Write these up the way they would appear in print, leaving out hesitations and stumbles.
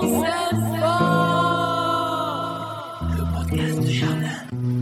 s'aime fort. Le podcast du jardin.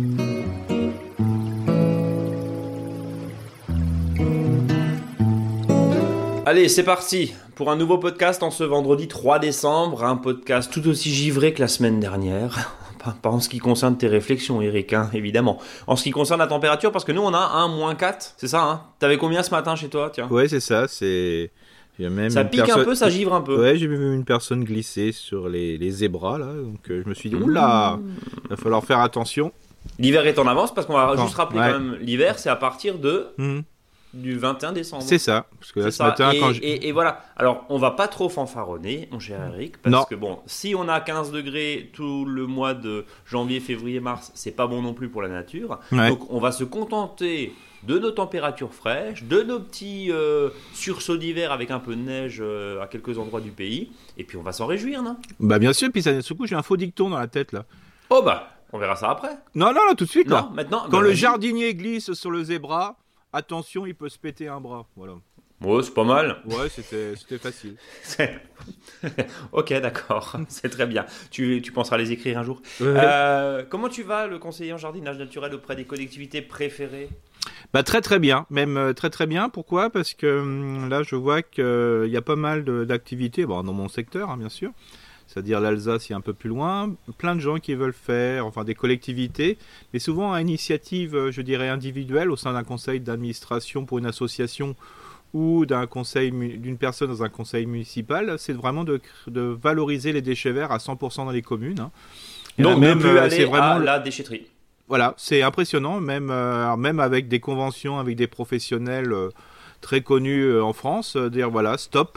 Allez, c'est parti pour un nouveau podcast en ce vendredi 3 décembre. Un podcast tout aussi givré que la semaine dernière. Pas en ce qui concerne tes réflexions, Eric, hein, évidemment. En ce qui concerne la température, parce que nous, on a un -4, c'est ça, hein. T'avais combien ce matin chez toi, tiens? Ouais, c'est ça, c'est... Même ça pique un peu, ça givre un peu. Ouais, j'ai vu une personne glisser sur les zébras, là, donc je me suis dit, oula, il va falloir faire attention. L'hiver est en avance, parce qu'on va juste rappeler ouais. quand même, l'hiver, c'est à partir du 21 décembre. C'est ça, parce que là, ce matin, et voilà, alors on va pas trop fanfaronner, mon cher Eric, parce que bon, si on a 15 degrés tout le mois de janvier, février, mars, c'est pas bon non plus pour la nature, donc on va se contenter de nos températures fraîches, de nos petits sursauts d'hiver avec un peu de neige à quelques endroits du pays, et puis on va s'en réjouir, non? Bah bien sûr, puis ce coup j'ai un faux dicton dans la tête là. Oh bah, on verra ça après. Non, tout de suite là. Non, maintenant. Quand le jardinier glisse sur le zébra, attention, il peut se péter un bras, voilà. Ouais, c'est pas mal. Ouais, c'était facile. Ok, d'accord, c'est très bien. Tu penseras les écrire un jour. Comment tu vas, le conseiller en jardinage naturel auprès des collectivités préférées? Bah très bien, même très bien. Pourquoi? Parce que là, je vois qu'il y a pas mal d'activités, bon, dans mon secteur, hein, bien sûr. C'est-à-dire l'Alsace, il y a un peu plus loin, plein de gens qui veulent faire, enfin des collectivités, mais souvent à initiative, je dirais, individuelle, au sein d'un conseil d'administration pour une association ou d'une personne dans un conseil municipal, c'est vraiment de valoriser les déchets verts à 100% dans les communes. Hein. Donc même plus aller à la déchetterie. Voilà, c'est impressionnant, même avec des conventions, avec des professionnels très connus en France, dire voilà, stop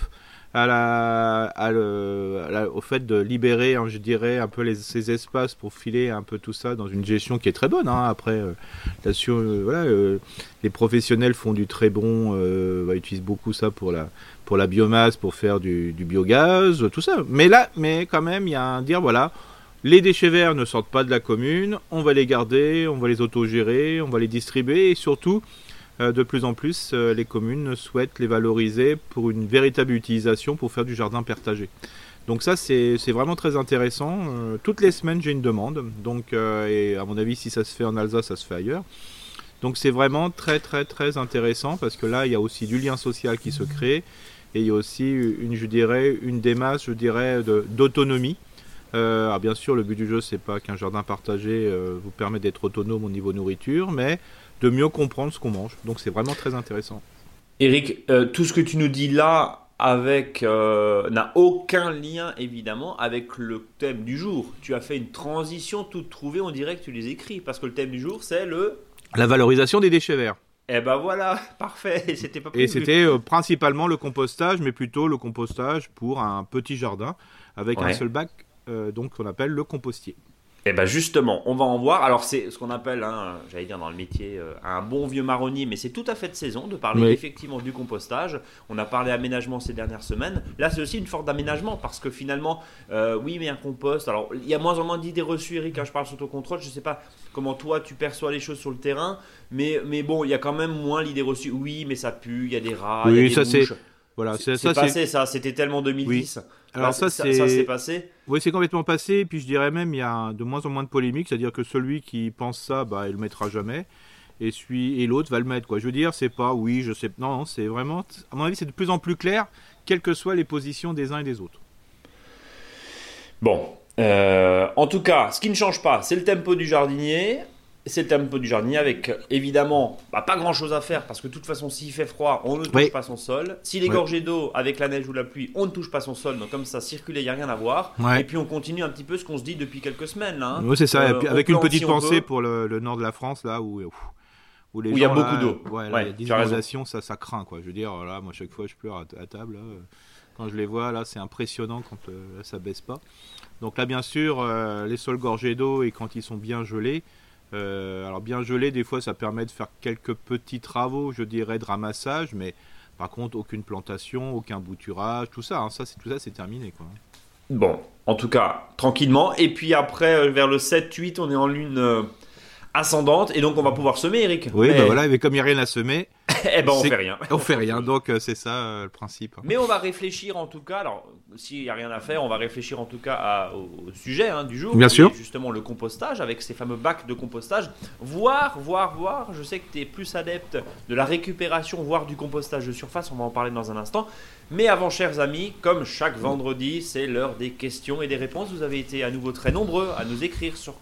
au fait de libérer, hein, je dirais, un peu ces espaces pour filer un peu tout ça dans une gestion qui est très bonne. Hein. Après, les professionnels font du très bon, utilisent beaucoup ça pour la biomasse, pour faire du biogaz, tout ça. Mais quand même, il y a un dire, voilà, les déchets verts ne sortent pas de la commune, on va les garder, on va les autogérer, on va les distribuer et surtout, de plus en plus, les communes souhaitent les valoriser pour une véritable utilisation pour faire du jardin partagé. Donc ça, c'est vraiment très intéressant. Toutes les semaines, j'ai une demande. Donc, et à mon avis, si ça se fait en Alsace, ça se fait ailleurs. Donc c'est vraiment très intéressant parce que là, il y a aussi du lien social qui se crée et il y a aussi une démarche, d'autonomie. Alors bien sûr, le but du jeu, c'est pas qu'un jardin partagé vous permet d'être autonome au niveau nourriture, mais de mieux comprendre ce qu'on mange. Donc c'est vraiment très intéressant. Eric, tout ce que tu nous dis là n'a aucun lien évidemment avec le thème du jour. Tu as fait une transition toute trouvée, on dirait que tu les écris, parce que le thème du jour c'est la valorisation des déchets verts. Eh ben voilà, parfait, c'était pas prévu. Et c'était principalement le compostage, mais plutôt le compostage pour un petit jardin, avec un seul bac, donc qu'on appelle le compostier. Et bien justement, on va en voir. Alors c'est ce qu'on appelle, j'allais dire dans le métier, un bon vieux marronnier, mais c'est tout à fait de saison de parler effectivement du compostage. On a parlé aménagement ces dernières semaines. Là c'est aussi une forme d'aménagement parce que finalement, oui mais un compost, alors il y a moins en moins d'idées reçues Eric, je parle sous ton contrôle, je ne sais pas comment toi tu perçois les choses sur le terrain, mais bon il y a quand même moins l'idée reçue, oui mais ça pue, il y a des rats, il y a des mouches. Voilà, c'est passé ça, c'était tellement 2010. Oui. Alors ça s'est passé. Oui, c'est complètement passé. Et puis je dirais même, il y a de moins en moins de polémiques. C'est-à-dire que celui qui pense ça, il le mettra jamais. Et l'autre va le mettre, quoi. Je veux dire, c'est pas, oui, je sais. Non, c'est vraiment, à mon avis, c'est de plus en plus clair, quelles que soient les positions des uns et des autres. Bon. En tout cas, ce qui ne change pas, c'est le tempo du jardinier. C'est le tempo du jardinier avec évidemment pas grand chose à faire parce que de toute façon s'il fait froid on ne touche pas son sol, s'il est gorgé d'eau avec la neige ou la pluie on ne touche pas son sol, donc comme ça circuler il n'y a rien à voir, et puis on continue un petit peu ce qu'on se dit depuis quelques semaines là, hein. Oui c'est ça, avec une petite pensée pour le nord de la France là où il y a beaucoup d'eau, il y a des inondations, ça craint quoi. Je veux dire là, moi chaque fois je pleure à table là, quand je les vois là c'est impressionnant quand ça baisse pas. Donc là bien sûr les sols gorgés d'eau et quand ils sont bien gelés, alors bien gelé, des fois ça permet de faire quelques petits travaux, je dirais, de ramassage, mais par contre aucune plantation, aucun bouturage, tout ça c'est terminé quoi. Bon, en tout cas, tranquillement, et puis après vers le 7-8 on est en lune ascendante, et donc on va pouvoir semer Eric. Oui, voilà, mais comme il n'y a rien à semer, Eh ben, on fait rien. On fait rien, donc c'est ça le principe. Mais on va réfléchir en tout cas, alors s'il n'y a rien à faire, on va réfléchir en tout cas au sujet du jour. Bien sûr. Justement le compostage, avec ces fameux bacs de compostage. Voir, je sais que tu es plus adepte de la récupération, voire du compostage de surface, on va en parler dans un instant. Mais avant, chers amis, comme chaque vendredi, c'est l'heure des questions et des réponses. Vous avez été à nouveau très nombreux à nous écrire sur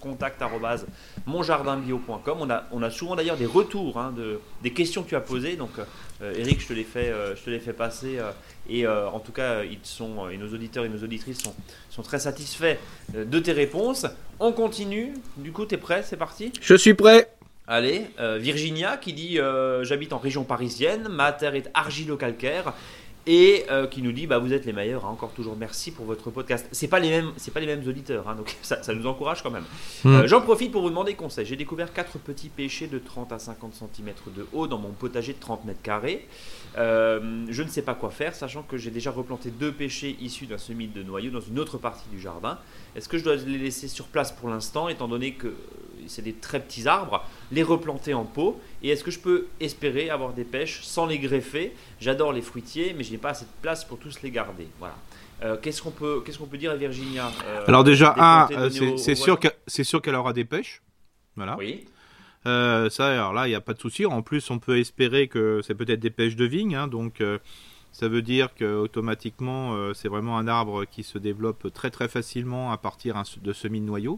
contact@monjardinbio.com. On a souvent d'ailleurs des retours des questions que tu as posées. Donc, Eric, je te les fais passer. En tout cas, et nos auditeurs et nos auditrices sont très satisfaits de tes réponses. On continue. Du coup, tu es prêt? C'est parti? Je suis prêt. Allez, Virginia qui dit j'habite en région parisienne, ma terre est argilo-calcaire. Et qui nous dit vous êtes les meilleurs, encore toujours merci pour votre podcast. C'est pas les mêmes auditeurs, donc ça nous encourage quand même. J'en profite pour vous demander conseil. J'ai découvert 4 petits pêchers de 30 à 50 cm de haut dans mon potager de 30 mètres carrés. Je ne sais pas quoi faire, sachant que j'ai déjà replanté 2 pêchers issus d'un semis de noyaux dans une autre partie du jardin. Est-ce que je dois les laisser sur place pour l'instant, étant donné que c'est des très petits arbres, les replanter en pot? Et est-ce que je peux espérer avoir des pêches sans les greffer? J'adore les fruitiers, mais je n'ai pas assez de place pour tous les garder. Voilà. Qu'est-ce qu'on peut dire à Virginia? Alors déjà, c'est sûr qu'elle aura des pêches. Voilà. Oui. Alors là, il n'y a pas de souci. En plus, on peut espérer que c'est peut-être des pêches de vigne. Donc, ça veut dire qu'automatiquement, c'est vraiment un arbre qui se développe très très facilement à partir de semis de noyaux.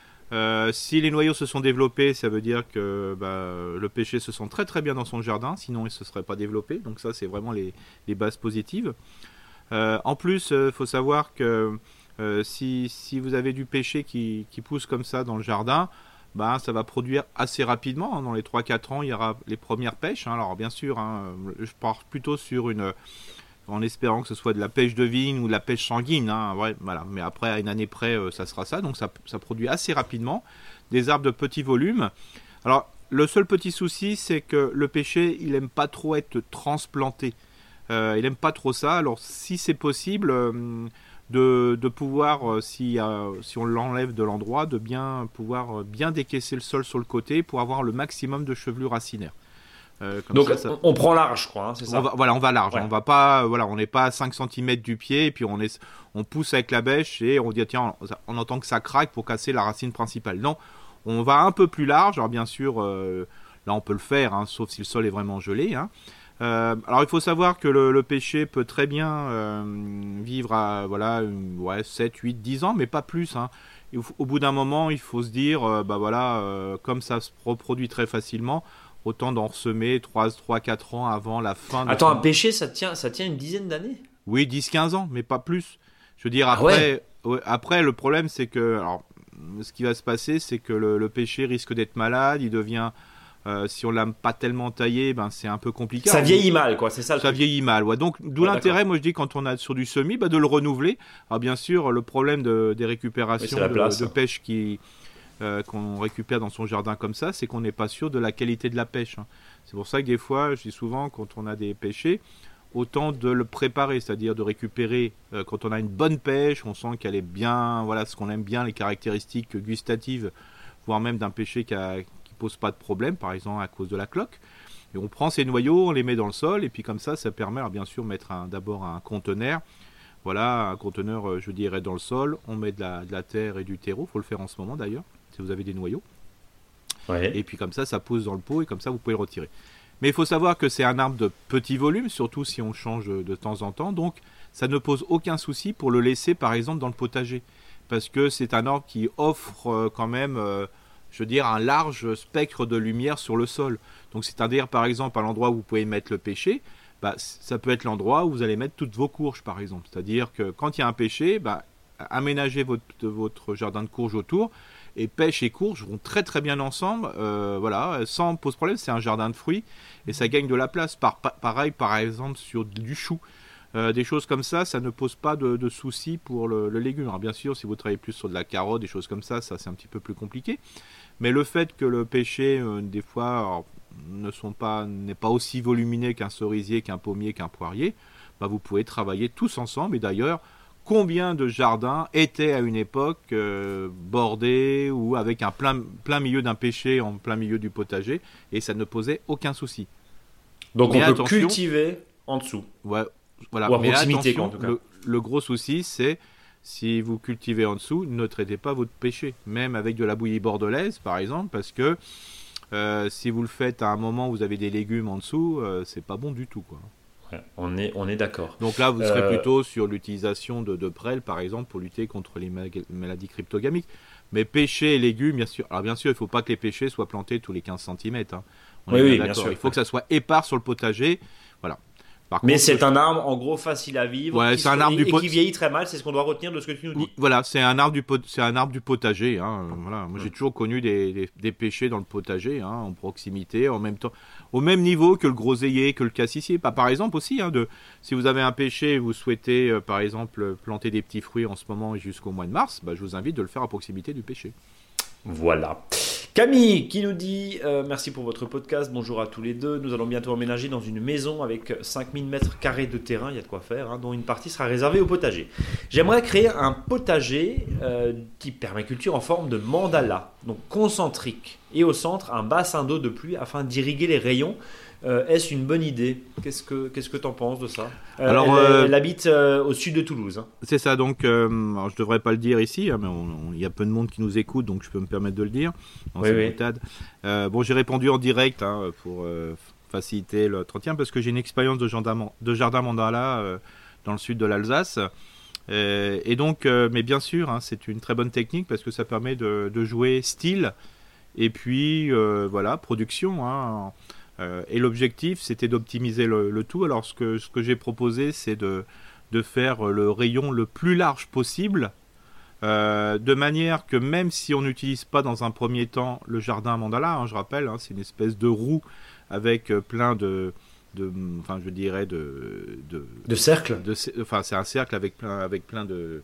Si les noyaux se sont développés, ça veut dire que le pêcher se sent très très bien dans son jardin, sinon il ne se serait pas développé. Donc ça, c'est vraiment les bases positives. En plus, il faut savoir que si vous avez du pêcher qui pousse comme ça dans le jardin, ça va produire assez rapidement. Dans les 3-4 ans, il y aura les premières pêches. Alors bien sûr, je pars plutôt sur en espérant que ce soit de la pêche de vigne ou de la pêche sanguine. Voilà. Mais après, à une année près, ça sera ça. Donc ça produit assez rapidement. Des arbres de petit volume. Alors, le seul petit souci, c'est que le pêcher, il n'aime pas trop être transplanté. Il n'aime pas trop ça. Alors, si c'est possible, de pouvoir, si on l'enlève de l'endroit, de bien pouvoir bien décaisser le sol sur le côté pour avoir le maximum de chevelure racinaire. Donc on prend large, je crois, c'est ça. On va large. Ouais. On va pas, on n'est pas à 5 cm du pied et puis on pousse avec la bêche et on dit tiens, on entend que ça craque pour casser la racine principale. Non, on va un peu plus large. Alors bien sûr, là on peut le faire, sauf si le sol est vraiment gelé. Alors il faut savoir que le pêcher peut très bien vivre à 7, 8, 10 ans, mais pas plus. Au bout d'un moment, il faut se dire, comme ça se reproduit très facilement, autant d'en ressemer 3-4 ans avant la fin de... Attends, un pêcher, ça tient une dizaine d'années? Oui, 10-15 ans, mais pas plus. Je veux dire, après, après le problème, c'est que... Alors, ce qui va se passer, c'est que le pêcher risque d'être malade, il devient... si on l'a pas tellement taillé, c'est un peu compliqué. Ça vieillit mal, quoi, c'est ça le Ça truc. vieillit mal, ouais. Donc, d'où l'intérêt, moi je dis, quand on a sur du semis, de le renouveler. Alors, bien sûr, le problème des récupérations de pêche qu'on récupère dans son jardin comme ça, c'est qu'on n'est pas sûr de la qualité de la pêche. C'est pour ça que des fois, je dis souvent, quand on a des pêchers, autant de le préparer, c'est-à-dire de récupérer quand on a une bonne pêche, on sent qu'elle est bien, ce qu'on aime bien, les caractéristiques gustatives, voire même d'un pêcher qui pose pas de problème, par exemple à cause de la cloque. Et on prend ces noyaux, on les met dans le sol, et puis comme ça permet, alors bien sûr, mettre d'abord un conteneur. Voilà, un conteneur, je dirais, dans le sol. On met de la terre et du terreau. Il faut le faire en ce moment d'ailleurs, si vous avez des noyaux. Ouais. Et puis comme ça pousse dans le pot, et comme ça, vous pouvez le retirer. Mais il faut savoir que c'est un arbre de petit volume, surtout si on change de temps en temps. Donc, ça ne pose aucun souci pour le laisser, par exemple, dans le potager. Parce que c'est un arbre qui offre quand même... un large spectre de lumière sur le sol. Donc c'est-à-dire par exemple à l'endroit où vous pouvez mettre le pêcher, ça peut être l'endroit où vous allez mettre toutes vos courges par exemple. C'est-à-dire que quand il y a un pêcher, aménagez votre jardin de courges autour et pêche et courges vont très très bien ensemble. Sans pose problème, c'est un jardin de fruits et ça gagne de la place. Pareil par exemple sur du chou. Des choses comme ça ne pose pas de soucis pour le légume. Alors bien sûr, si vous travaillez plus sur de la carotte, des choses comme ça c'est un petit peu plus compliqué. Mais le fait que le pêcher, des fois, n'est pas aussi volumineux qu'un cerisier, qu'un pommier, qu'un poirier, vous pouvez travailler tous ensemble. Et d'ailleurs, combien de jardins étaient à une époque bordés ou avec un plein milieu d'un pêcher en plein milieu du potager, et ça ne posait aucun souci. Donc Mais on peut attention, cultiver en dessous. Ouais, voilà. Ou à Mais proximité, attention, quoi, en tout cas. le gros souci, c'est si vous cultivez en dessous, ne traitez pas votre pêcher, même avec de la bouillie bordelaise, par exemple, parce que si vous le faites à un moment où vous avez des légumes en dessous, c'est pas bon du tout, quoi. Ouais, on est d'accord. Donc là, vous serez plutôt sur l'utilisation de prêles, par exemple, pour lutter contre les maladies cryptogamiques. Mais pêcher et légumes, bien sûr. Alors bien sûr, il ne faut pas que les pêchers soient plantés tous les 15 cm. Hein. On est bien d'accord. Il faut que ça soit épars sur le potager. Voilà. Mais c'est un arbre en gros facile à vivre, ouais, c'est un arbre qui vieillit très mal, c'est ce qu'on doit retenir de ce que tu nous dis. Voilà, c'est un arbre du potager. Hein. Voilà. Moi, j'ai toujours connu des pêchers dans le potager, hein, en proximité, en même temps, au même niveau que le groseillier, que le cassissier. Par exemple aussi, hein, si vous avez un pêcher et vous souhaitez, par exemple, planter des petits fruits en ce moment jusqu'au mois de mars, je vous invite de le faire à proximité du pêcher. Voilà. Camille qui nous dit merci pour votre podcast, bonjour à tous les deux. Nous allons bientôt emménager dans une maison avec 5000 mètres carrés de terrain, il y a de quoi faire, hein, dont une partie sera réservée au potager. J'aimerais créer un potager type permaculture en forme de mandala, donc concentrique, et au centre un bassin d'eau de pluie afin d'irriguer les rayons. Est-ce une bonne idée ? Qu'est-ce que tu en penses de ça ? Alors, elle habite au sud de Toulouse. Hein. C'est ça, donc alors je ne devrais pas le dire ici, hein, mais il y a peu de monde qui nous écoute, donc je peux me permettre de le dire. Oui. Bon, j'ai répondu en direct pour faciliter l'entretien, parce que j'ai une expérience de jardin mandala dans le sud de l'Alsace. Et donc, mais bien sûr, hein, c'est une très bonne technique, parce que ça permet de jouer style, et puis voilà, production, hein. Et l'objectif, c'était d'optimiser le tout. Alors, ce que j'ai proposé, c'est de faire le rayon le plus large possible, de manière que même si on n'utilise pas dans un premier temps le jardin mandala, hein, je rappelle, hein, c'est une espèce de roue avec plein de cercles. C'est un cercle avec plein de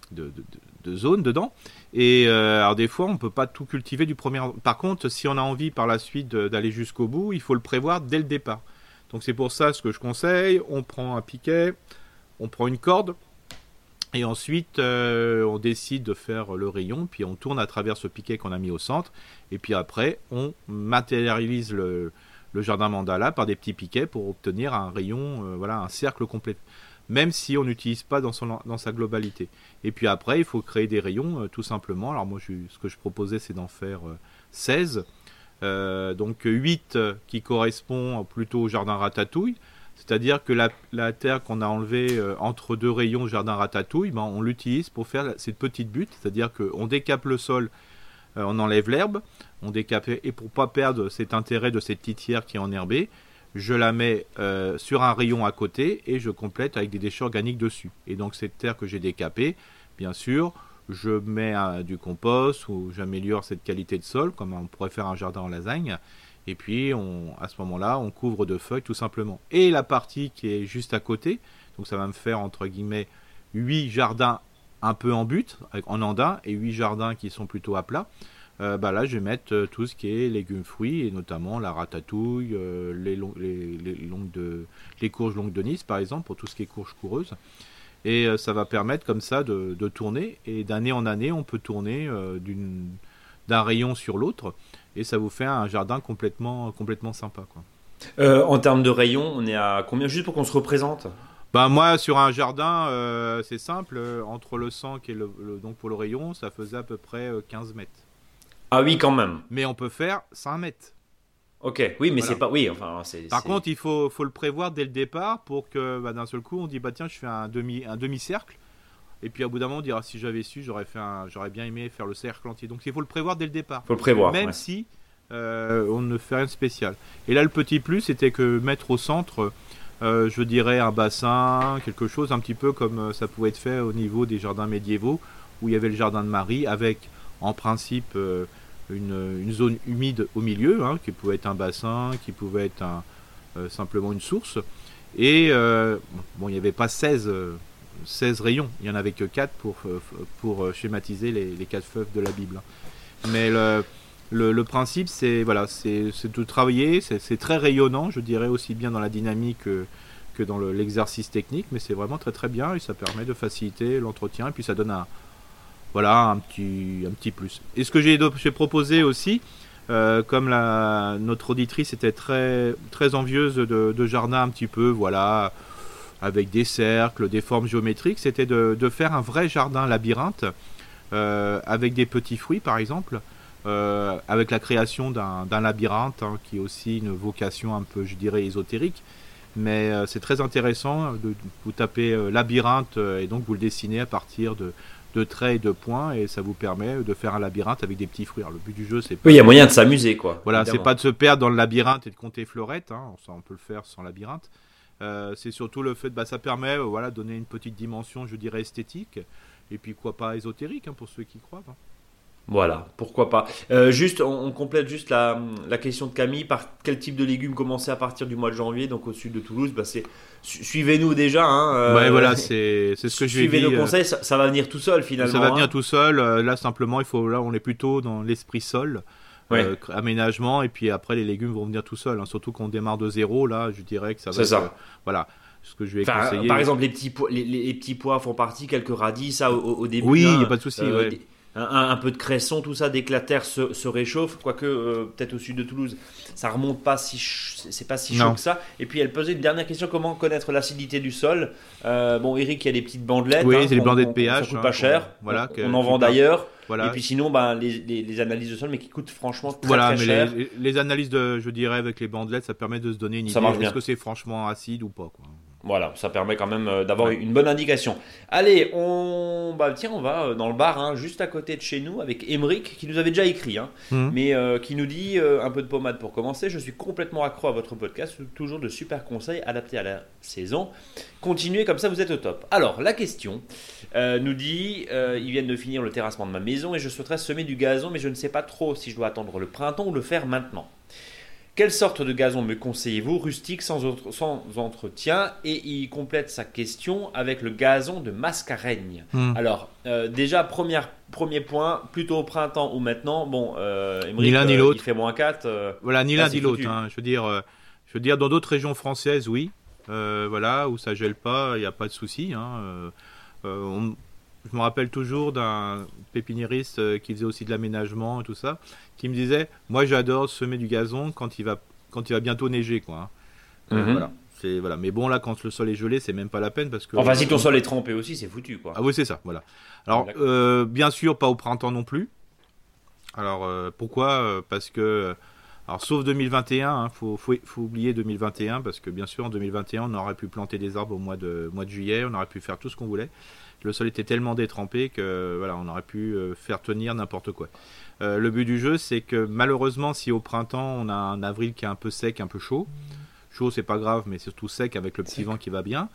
zones dedans. Et alors des fois, on ne peut pas tout cultiver du premier. Par contre, si on a envie par la suite d'aller jusqu'au bout, il faut le prévoir dès le départ. Donc c'est pour ça ce que je conseille. On prend un piquet, on prend une corde, et ensuite on décide de faire le rayon, puis on tourne à travers ce piquet qu'on a mis au centre, et puis après on matérialise le jardin mandala par des petits piquets pour obtenir un rayon, un cercle complet. Même si on n'utilise pas dans sa globalité. Et puis après, il faut créer des rayons, tout simplement. Alors moi, ce que je proposais, c'est d'en faire 16. Donc 8 qui correspond plutôt au jardin ratatouille. C'est-à-dire que la terre qu'on a enlevée entre deux rayons jardin ratatouille, on l'utilise pour faire cette petite butte. C'est-à-dire qu'on décape le sol, on enlève l'herbe, on décape, et pour ne pas perdre cet intérêt de cette litière qui est enherbée, je la mets sur un rayon à côté et je complète avec des déchets organiques dessus. Et donc cette terre que j'ai décapée, bien sûr, je mets du compost ou j'améliore cette qualité de sol, comme on pourrait faire un jardin en lasagne. Et puis à ce moment-là, on couvre de feuilles tout simplement. Et la partie qui est juste à côté, donc ça va me faire entre guillemets 8 jardins un peu en butte, en andin, et 8 jardins qui sont plutôt à plat. Là je vais mettre tout ce qui est légumes fruits, et notamment la ratatouille, les courges longues de Nice par exemple, pour tout ce qui est courges coureuses, et ça va permettre comme ça de tourner, et d'année en année on peut tourner d'un rayon sur l'autre, et ça vous fait un jardin complètement sympa, quoi. En termes de rayon, on est à combien, juste pour qu'on se représente? Moi, sur un jardin, c'est simple, entre le centre et donc pour le rayon, ça faisait à peu près 15 mètres. Ah oui, quand même. Mais on peut faire 5 mètres. Ok, oui, mais voilà. C'est pas... Oui, Par contre, il faut le prévoir dès le départ pour que d'un seul coup, on dit, tiens, je fais un demi-cercle. Et puis, au bout d'un moment, on dira, si j'avais su, j'aurais bien aimé faire le cercle entier. Donc, il faut le prévoir dès le départ. Il faut le prévoir. Même si on ne fait rien de spécial. Et là, le petit plus, c'était que mettre au centre, je dirais, un bassin, quelque chose un petit peu comme ça pouvait être fait au niveau des jardins médiévaux, où il y avait le jardin de Marie, avec, en principe... une zone humide au milieu, qui pouvait être un bassin, qui pouvait être simplement une source. Et il n'y avait pas 16 rayons, il n'y en avait que 4 pour schématiser les 4 feuilles de la Bible. Mais le principe, c'est de travailler, c'est très rayonnant, je dirais, aussi bien dans la dynamique que dans l'exercice technique, mais c'est vraiment très très bien, et ça permet de faciliter l'entretien, et puis ça donne un petit plus. Et ce que j'ai proposé aussi, Comme notre auditrice était très, très envieuse de jardin un petit peu, voilà, avec des cercles, des formes géométriques, c'était de faire un vrai jardin labyrinthe, avec des petits fruits par exemple, avec la création d'un labyrinthe, hein, qui est aussi une vocation un peu, je dirais, ésotérique. Mais c'est très intéressant, vous tapez labyrinthe, et donc vous le dessinez à partir de traits et de points, et ça vous permet de faire un labyrinthe avec des petits fruits. Alors, le but du jeu, c'est pas... Oui, il y a moyen de s'amuser, quoi. Voilà, évidemment. c'est pas de se perdre dans le labyrinthe et de compter fleurettes, hein, ça on peut le faire sans labyrinthe. C'est surtout le fait, ça permet, voilà, de donner une petite dimension, je dirais, esthétique, et puis quoi pas ésotérique, hein, pour ceux qui croient. Hein. Voilà, pourquoi pas. Juste, on complète juste la question de Camille. Par quel type de légumes commencer à partir du mois de janvier, donc au sud de Toulouse, suivez-nous déjà. Hein, ouais, voilà, c'est ce que je vais dire. Suivez nos conseils, ça va venir tout seul finalement. Ça va venir tout seul. Là, simplement, là, on est plutôt dans l'esprit sol, aménagement, et puis après, les légumes vont venir tout seuls. Hein, surtout qu'on démarre de zéro, là, je dirais que ça va. C'est ça. Voilà. Ce que je vais conseiller. Par exemple, les petits pois font partie, quelques radis, ça au début. Oui, il n'y a pas de souci. Un peu de cresson, tout ça, dès que la terre se réchauffe, quoique peut-être au sud de Toulouse, ça remonte pas c'est pas si chaud que ça. Et puis elle posait une dernière question: comment connaître l'acidité du sol? Bon, Eric, il y a des petites bandelettes. Oui, c'est les bandelettes pH. Ça coûte pas cher. Voilà, on en vend d'ailleurs. Voilà. Et puis sinon, les analyses de sol, mais qui coûtent franchement très cher. Mais les analyses je dirais, avec les bandelettes, ça permet de se donner une idée. Est-ce que c'est franchement acide ou pas, quoi. Voilà, ça permet quand même d'avoir une bonne indication. Allez, on va dans le bar, hein, juste à côté de chez nous, avec Émeric, qui nous avait déjà écrit, hein, mais qui nous dit un peu de pommade pour commencer. Je suis complètement accro à votre podcast, toujours de super conseils adaptés à la saison. Continuez comme ça, vous êtes au top. Alors, la question nous dit ils viennent de finir le terrassement de ma maison et je souhaiterais semer du gazon, mais je ne sais pas trop si je dois attendre le printemps ou le faire maintenant. Quelle sorte de gazon me conseillez-vous, rustique, sans entretien? Et il complète sa question avec le gazon de Mascareigne. Alors, déjà, premier point, plutôt au printemps ou maintenant. Bon, Émeric, ni l'un ni l'autre. Il fait -4. Voilà, ni l'un ni l'autre. Hein. Je veux dire, dans d'autres régions françaises, oui. Voilà, où ça gèle pas, il n'y a pas de souci. Hein. Je me rappelle toujours d'un pépiniériste qui faisait aussi de l'aménagement et tout ça, qui me disait: moi j'adore semer du gazon quand il va bientôt neiger, quoi. Voilà. Mais bon, là, quand le sol est gelé, c'est même pas la peine parce que. Enfin, si ton sol est trempé aussi, c'est foutu, quoi. Ah oui, c'est ça. Voilà. Alors, bien sûr, pas au printemps non plus. Alors, pourquoi? Parce que. Alors, sauf 2021, hein, faut oublier 2021 parce que bien sûr en 2021 on aurait pu planter des arbres au mois de juillet, on aurait pu faire tout ce qu'on voulait. Le sol était tellement détrempé que voilà, on aurait pu faire tenir n'importe quoi. Le but du jeu, c'est que malheureusement, si au printemps on a un avril qui est un peu sec, un peu chaud, c'est pas grave, mais surtout sec avec le petit vent qui va bien.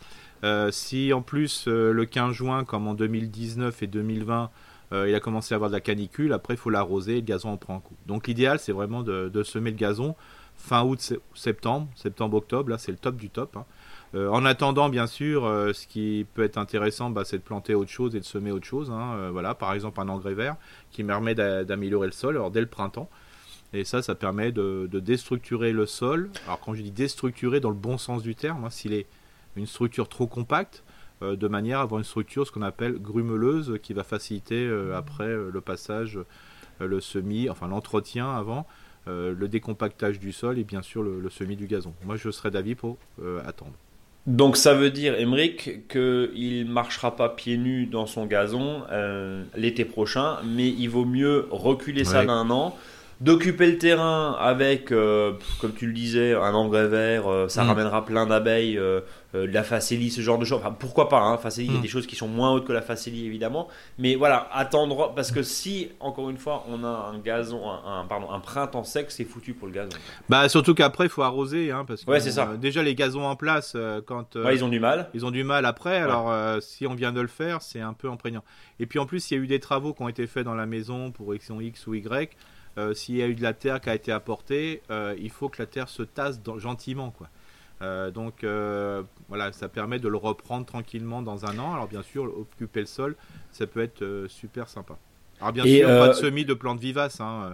Si en plus le 15 juin, comme en 2019 et 2020, il a commencé à avoir de la canicule, après il faut l'arroser et le gazon en prend un coup. Donc l'idéal, c'est vraiment de semer le gazon fin août, septembre-octobre, là c'est le top du top. Hein. En attendant, bien sûr, ce qui peut être intéressant, c'est de planter autre chose et de semer autre chose. Hein. Voilà, par exemple un engrais vert qui permet d'améliorer le sol dès le printemps. Et ça permet de déstructurer le sol. Alors quand je dis déstructurer dans le bon sens du terme, hein, s'il est une structure trop compacte, de manière à avoir une structure, ce qu'on appelle grumeleuse, qui va faciliter après le passage, le semis, enfin l'entretien avant, le décompactage du sol et bien sûr le semis du gazon. Moi je serais d'avis pour attendre. Donc ça veut dire, Émeric, qu'il ne marchera pas pieds nus dans son gazon l'été prochain, mais il vaut mieux reculer ça d'un an, d'occuper le terrain avec, comme tu le disais, un engrais vert, ça ramènera plein d'abeilles, de la facélie, ce genre de choses. Enfin, pourquoi pas, hein, facélie, il y a des choses qui sont moins hautes que la facélie, évidemment. Mais voilà, attendre, parce que si, encore une fois, on a un gazon, un printemps sec, c'est foutu pour le gazon. Surtout qu'après, il faut arroser, hein, parce que c'est ça. Déjà, les gazons en place, quand ils ont du mal. Ils ont du mal après, alors si on vient de le faire, c'est un peu empreignant. Et puis en plus, il y a eu des travaux qui ont été faits dans la maison pour raison X ou Y. S'il y a eu de la terre qui a été apportée, il faut que la terre se tasse gentiment, quoi. Donc voilà, ça permet de le reprendre tranquillement dans un an. Alors bien sûr, occuper le sol, ça peut être super sympa. Alors bien sûr, pas de semis de plantes vivaces, hein.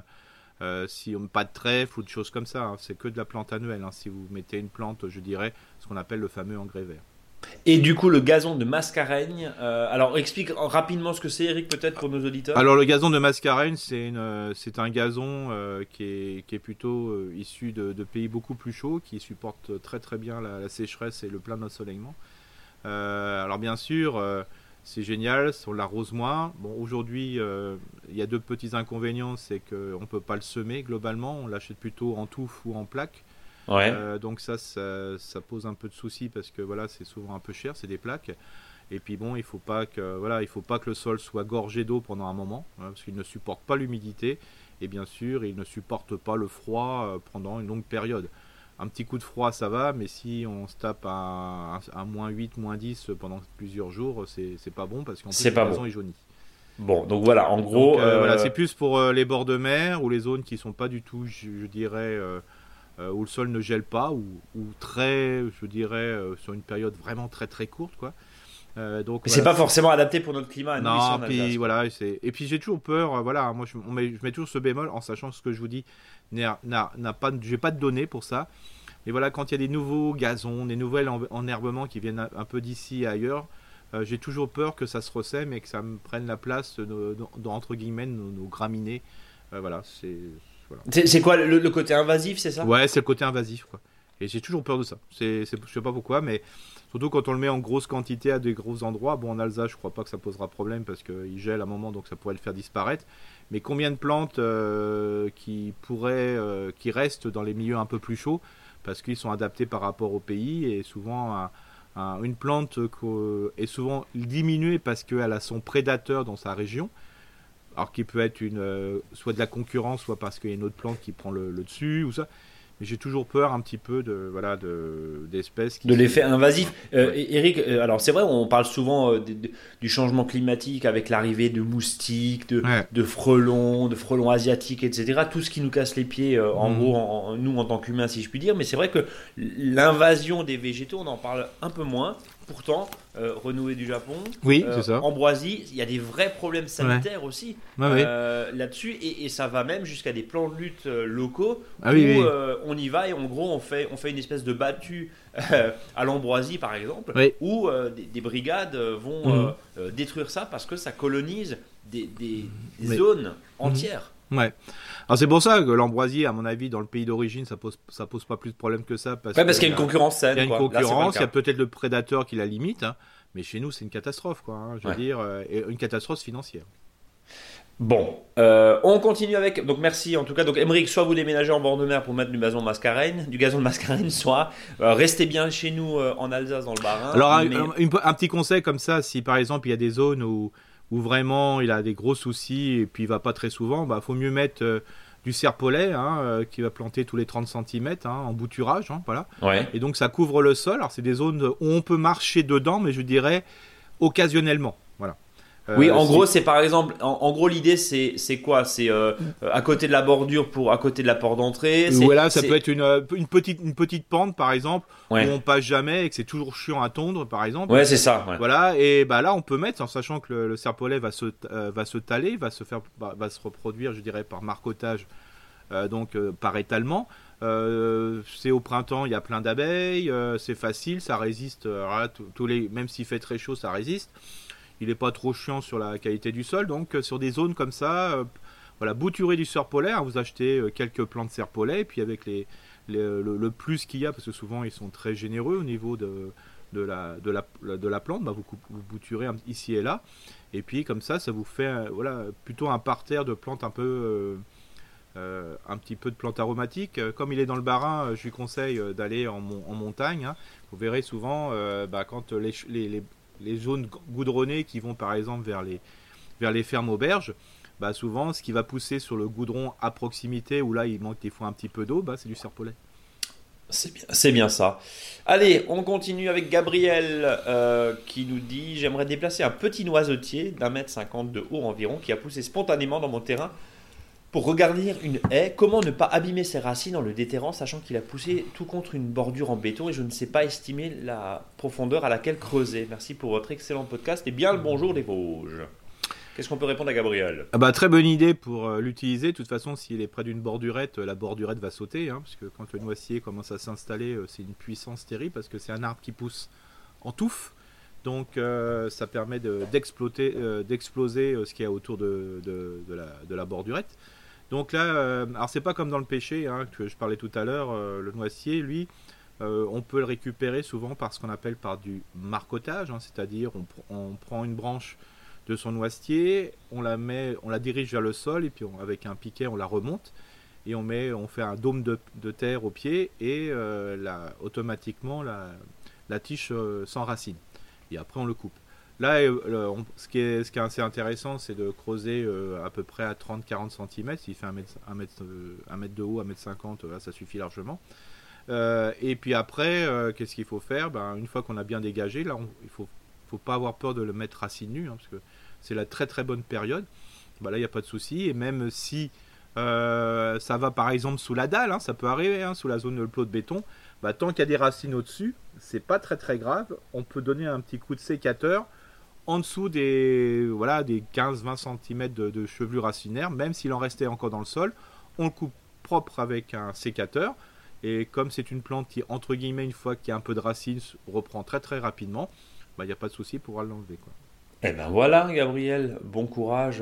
Si on pas de trèfle ou de choses comme ça, hein. C'est que de la plante annuelle, hein. Si vous mettez une plante, je dirais, ce qu'on appelle le fameux engrais vert. Et du coup, le gazon de Mascareigne, alors explique rapidement ce que c'est, Eric, peut-être pour nos auditeurs. Alors le gazon de Mascareigne, c'est un gazon qui est plutôt issu de pays beaucoup plus chauds, qui supporte très très bien la sécheresse et le plein d'ensoleillement. Alors bien sûr, c'est génial, on l'arrose moins. Bon, aujourd'hui, il y a deux petits inconvénients, c'est qu'on ne peut pas le semer globalement, on l'achète plutôt en touffe ou en plaque. Ouais. Donc ça pose un peu de soucis parce que voilà, c'est souvent un peu cher, c'est des plaques. Et puis bon, il faut pas que le sol soit gorgé d'eau pendant un moment, parce qu'il ne supporte pas l'humidité et bien sûr, il ne supporte pas le froid pendant une longue période. Un petit coup de froid, ça va, mais si on se tape à moins 8, moins 10 pendant plusieurs jours, c'est pas bon parce qu'en plus, le gazon est jauni. Bon, donc voilà, en gros... Donc, voilà, c'est plus pour les bords de mer ou les zones qui sont pas du tout, je dirais... où le sol ne gèle pas ou très, je dirais, sur une période vraiment très très courte, quoi. Donc c'est pas forcément adapté pour notre climat. Non, puis voilà, et puis j'ai toujours peur, voilà, moi je mets toujours ce bémol en sachant ce que je vous dis, j'ai pas de données pour ça. Mais voilà, quand il y a des nouveaux gazons, des nouvelles enherbements qui viennent un peu d'ici et ailleurs, j'ai toujours peur que ça se ressème et que ça me prenne la place entre guillemets nos graminées. Voilà, c'est... Voilà. C'est quoi le côté invasif, c'est ça ? Ouais, c'est le côté invasif, quoi. Et j'ai toujours peur de ça. Je sais pas pourquoi, mais surtout quand on le met en grosse quantité à des gros endroits. Bon, en Alsace, je crois pas que ça posera problème parce qu'il gèle à un moment, donc ça pourrait le faire disparaître. Mais combien de plantes qui restent dans les milieux un peu plus chauds parce qu'ils sont adaptés par rapport au pays et souvent une plante est souvent diminuée parce qu'elle a son prédateur dans sa région. Alors qui peut être soit de la concurrence, soit parce qu'il y a une autre plante qui prend le dessus ou ça. Mais j'ai toujours peur un petit peu d'espèces de l'effet invasif. Eric, alors c'est vrai, on parle souvent du changement climatique avec l'arrivée de moustiques, de frelons asiatiques, etc. Tout ce qui nous casse les pieds, en gros, nous en tant qu'humains, si je puis dire. Mais c'est vrai que l'invasion des végétaux, on en parle un peu moins. Pourtant, renouée du Japon, c'est ça. Ambroisie, il y a des vrais problèmes sanitaires aussi là-dessus, et ça va même jusqu'à des plans de lutte locaux où on y va et en gros on fait une espèce de battue à l'Ambroisie par exemple, où des brigades vont détruire ça parce que ça colonise des zones entières. Ouais. Alors c'est pour ça que l'ambroisie, à mon avis, dans le pays d'origine, ça pose pas plus de problème que ça. Parce qu'il y a une concurrence saine. Il y a une concurrence, il y a peut-être le prédateur qui la limite, hein, mais chez nous c'est une catastrophe, quoi. Hein, je veux dire, une catastrophe financière. Bon, on continue avec. Donc merci en tout cas. Donc Aymeric, soit vous déménagez en bord de mer pour mettre du gazon de Mascareigne, soit restez bien chez nous en Alsace dans le Bas-Rhin. Alors un petit conseil comme ça, si par exemple il y a des zones où vraiment il a des gros soucis et puis il va pas très souvent, faut mieux mettre du serpolet qui va planter tous les 30 cm en bouturage, voilà. Ouais. Et donc ça couvre le sol. Alors c'est des zones où on peut marcher dedans, mais je dirais occasionnellement, voilà. Oui, en gros, c'est par exemple, en gros, l'idée, c'est quoi ? C'est à côté de la bordure, à côté de la porte d'entrée. Voilà, ça peut être une petite pente, par exemple, où on passe jamais et que c'est toujours chiant à tondre, par exemple. Ouais, c'est ça. Ouais. Voilà, et là, on peut mettre, en sachant que le serpolet va se taler, va se reproduire, je dirais, par marcottage, donc par étalement. C'est au printemps, il y a plein d'abeilles, c'est facile, ça résiste. Même s'il fait très chaud, ça résiste. Il n'est pas trop chiant sur la qualité du sol, donc sur des zones comme ça, bouturer du serpolet, vous achetez quelques plants de serpolet, et puis avec le plus qu'il y a, parce que souvent ils sont très généreux au niveau de la plante, vous bouturez ici et là, et puis comme ça vous fait plutôt un parterre de plantes un petit peu de plantes aromatiques. Comme il est dans le Bas-Rhin, je lui conseille d'aller en montagne. Vous verrez souvent quand les zones goudronnées qui vont par exemple vers les fermes auberges, souvent ce qui va pousser sur le goudron à proximité où là il manque des fois un petit peu d'eau, c'est du serpolet. C'est bien ça. Allez, on continue avec Gabriel qui nous dit: j'aimerais déplacer un petit noisetier d'1,50 m de haut environ qui a poussé spontanément dans mon terrain pour regarder une haie. Comment ne pas abîmer ses racines en le déterrant, sachant qu'il a poussé tout contre une bordure en béton et je ne sais pas estimer la profondeur à laquelle creuser. Merci pour votre excellent podcast et bien le bonjour des Vosges. Qu'est-ce qu'on peut répondre à Gabriel ? Très bonne idée pour l'utiliser. De toute façon, s'il est près d'une bordurette, la bordurette va sauter, parce que quand le noisier commence à s'installer, c'est une puissance terrible parce que c'est un arbre qui pousse en touffe. Donc ça permet d'exploser ce qu'il y a autour de la bordurette. Donc là, alors c'est pas comme dans le pêcher que je parlais tout à l'heure, le noisetier, lui, on peut le récupérer souvent par ce qu'on appelle par du marcottage, c'est-à-dire on prend une branche de son noisetier, on la dirige vers le sol et puis avec un piquet on la remonte et on fait un dôme de terre au pied et automatiquement la tige s'enracine. Et après on le coupe. Là, ce qui est assez intéressant, c'est de creuser à peu près à 30-40 cm. S'il fait 1 mètre de haut, 1,50 m, là, ça suffit largement. Et puis après, qu'est-ce qu'il faut faire ? Une fois qu'on a bien dégagé, là, il faut pas avoir peur de le mettre racine nue, parce que c'est la très très bonne période. Là, il n'y a pas de souci. Et même si ça va par exemple sous la dalle, ça peut arriver, sous la zone de plot de béton, tant qu'il y a des racines au-dessus, c'est pas très très grave. On peut donner un petit coup de sécateur en dessous des 15-20 cm de chevelure racinaire, même s'il en restait encore dans le sol, on le coupe propre avec un sécateur. Et comme c'est une plante qui, entre guillemets, une fois qu'il y a un peu de racines, reprend très très rapidement, il n'y a pas de souci pour l'enlever, quoi. Eh ben voilà, Gabriel, bon courage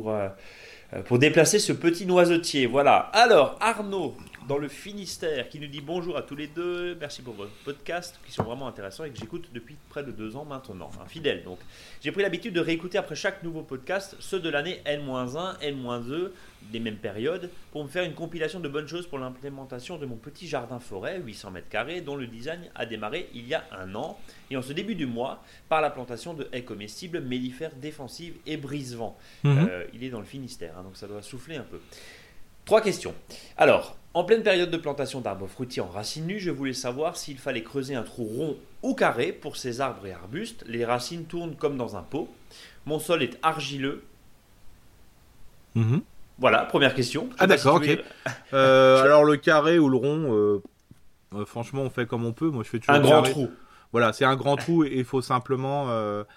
pour déplacer ce petit noisetier. Voilà. Alors, Arnaud, dans le Finistère, qui nous dit bonjour à tous les deux. Merci pour votre podcast, qui sont vraiment intéressants et que j'écoute depuis près de 2 ans maintenant. Fidèle, donc. J'ai pris l'habitude de réécouter après chaque nouveau podcast ceux de l'année N-1, N-2, des mêmes périodes, pour me faire une compilation de bonnes choses pour l'implémentation de mon petit jardin-forêt, 800 m², dont le design a démarré il y a 1 an, et en ce début du mois, par la plantation de haies comestibles, mellifères défensives et brise-vent. Il est dans le Finistère, donc ça doit souffler un peu. 3 questions. Alors, en pleine période de plantation d'arbres fruitiers en racines nues, je voulais savoir s'il fallait creuser un trou rond ou carré pour ces arbres et arbustes. Les racines tournent comme dans un pot. Mon sol est argileux. Voilà, première question. D'accord, ok. Alors le carré ou le rond, franchement, on fait comme on peut. Moi, je fais toujours un grand trou. Voilà, c'est un grand trou et il faut simplement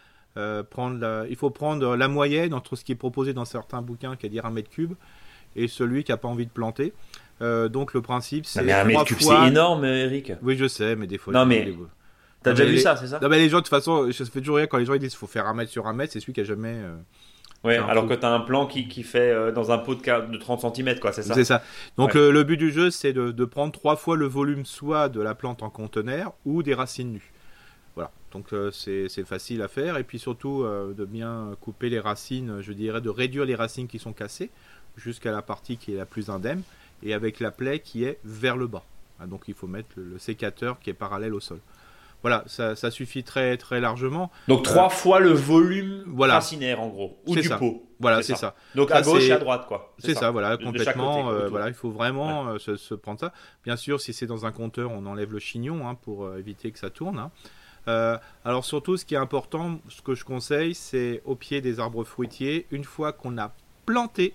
prendre la moyenne entre ce qui est proposé dans certains bouquins, qui est à dire 1 mètre cube, et celui qui n'a pas envie de planter. Donc le principe, c'est. Mais 1 mètre cube, c'est énorme, Eric. Oui, je sais, mais des fois. Non, mais. T'as déjà vu ça, c'est ça ? Non, mais les gens, de toute façon, je fais toujours rire quand les gens ils disent qu'il faut faire 1 mètre sur 1 mètre, c'est celui qui a jamais. Ouais, alors que tu as un plan qui fait dans un pot de 30 cm, quoi, c'est ça ? C'est ça. Donc le but du jeu, c'est de prendre 3 fois le volume soit de la plante en conteneur ou des racines nues. Voilà, donc c'est facile à faire. Et puis surtout de bien couper les racines, je dirais de réduire les racines qui sont cassées jusqu'à la partie qui est la plus indemne et avec la plaie qui est vers le bas. Donc il faut mettre le sécateur qui est parallèle au sol. Voilà, ça suffit très très largement. Donc 3 fois le volume racinaire en gros, ou du pot. Voilà, c'est ça. Donc à gauche et à droite, quoi. C'est ça, voilà, complètement. Côté, voilà, il faut vraiment se prendre ça. Bien sûr, si c'est dans un compteur, on enlève le chignon pour éviter que ça tourne. Alors surtout, ce qui est important, ce que je conseille, c'est au pied des arbres fruitiers, une fois qu'on a planté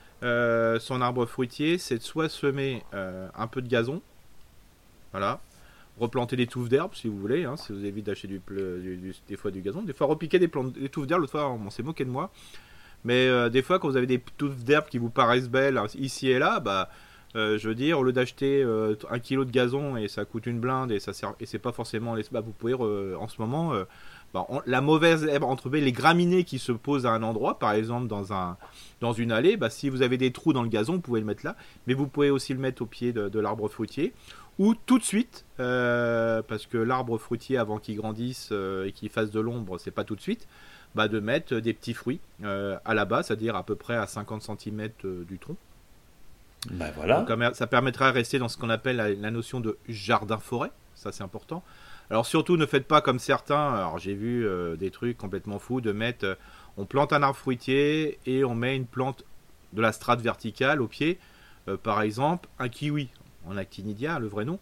son arbre fruitier, c'est de soit semer un peu de gazon, voilà. Replanter des touffes d'herbe si vous voulez, si vous évitez d'acheter des fois du gazon, des fois repiquer des touffes d'herbe. L'autre fois on s'est moqué de moi, mais des fois quand vous avez des touffes d'herbe qui vous paraissent belles ici et là, je veux dire, au lieu d'acheter 1 kilo de gazon et ça coûte une blinde et c'est pas forcément vous pouvez en ce moment la mauvaise herbe, entre les graminées qui se posent à un endroit, par exemple dans une allée, si vous avez des trous dans le gazon, vous pouvez le mettre là, mais vous pouvez aussi le mettre au pied de l'arbre fruitier. Ou tout de suite, parce que l'arbre fruitier, avant qu'il grandisse et qu'il fasse de l'ombre, c'est pas tout de suite, de mettre des petits fruits à la base, c'est-à-dire à peu près à 50 cm du tronc. Voilà. Donc, ça permettra de rester dans ce qu'on appelle la notion de jardin-forêt, ça c'est important. Alors surtout, ne faites pas comme certains, alors j'ai vu des trucs complètement fous, de mettre, on plante un arbre fruitier et on met une plante de la strate verticale au pied, par exemple un kiwi. En actinidia, le vrai nom,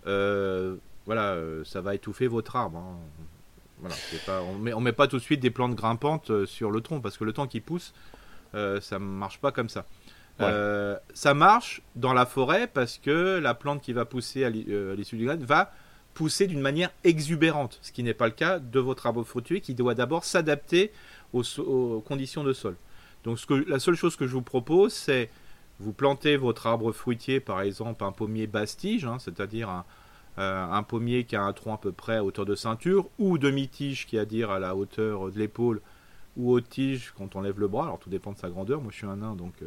ça va étouffer votre arbre. Voilà, on met pas tout de suite des plantes grimpantes sur le tronc, parce que le temps qu'il pousse, ça marche pas comme ça. Ça marche dans la forêt parce que la plante qui va pousser à l'issue du grain va pousser d'une manière exubérante, ce qui n'est pas le cas de votre arbre fruitier qui doit d'abord s'adapter aux conditions de sol. Donc la seule chose que je vous propose, c'est vous plantez votre arbre fruitier, par exemple un pommier basse-tige, c'est-à-dire un pommier qui a un tronc à peu près à hauteur de ceinture, ou demi-tige qui est à dire à la hauteur de l'épaule, ou haute tige quand on lève le bras. Alors tout dépend de sa grandeur. Moi je suis un nain donc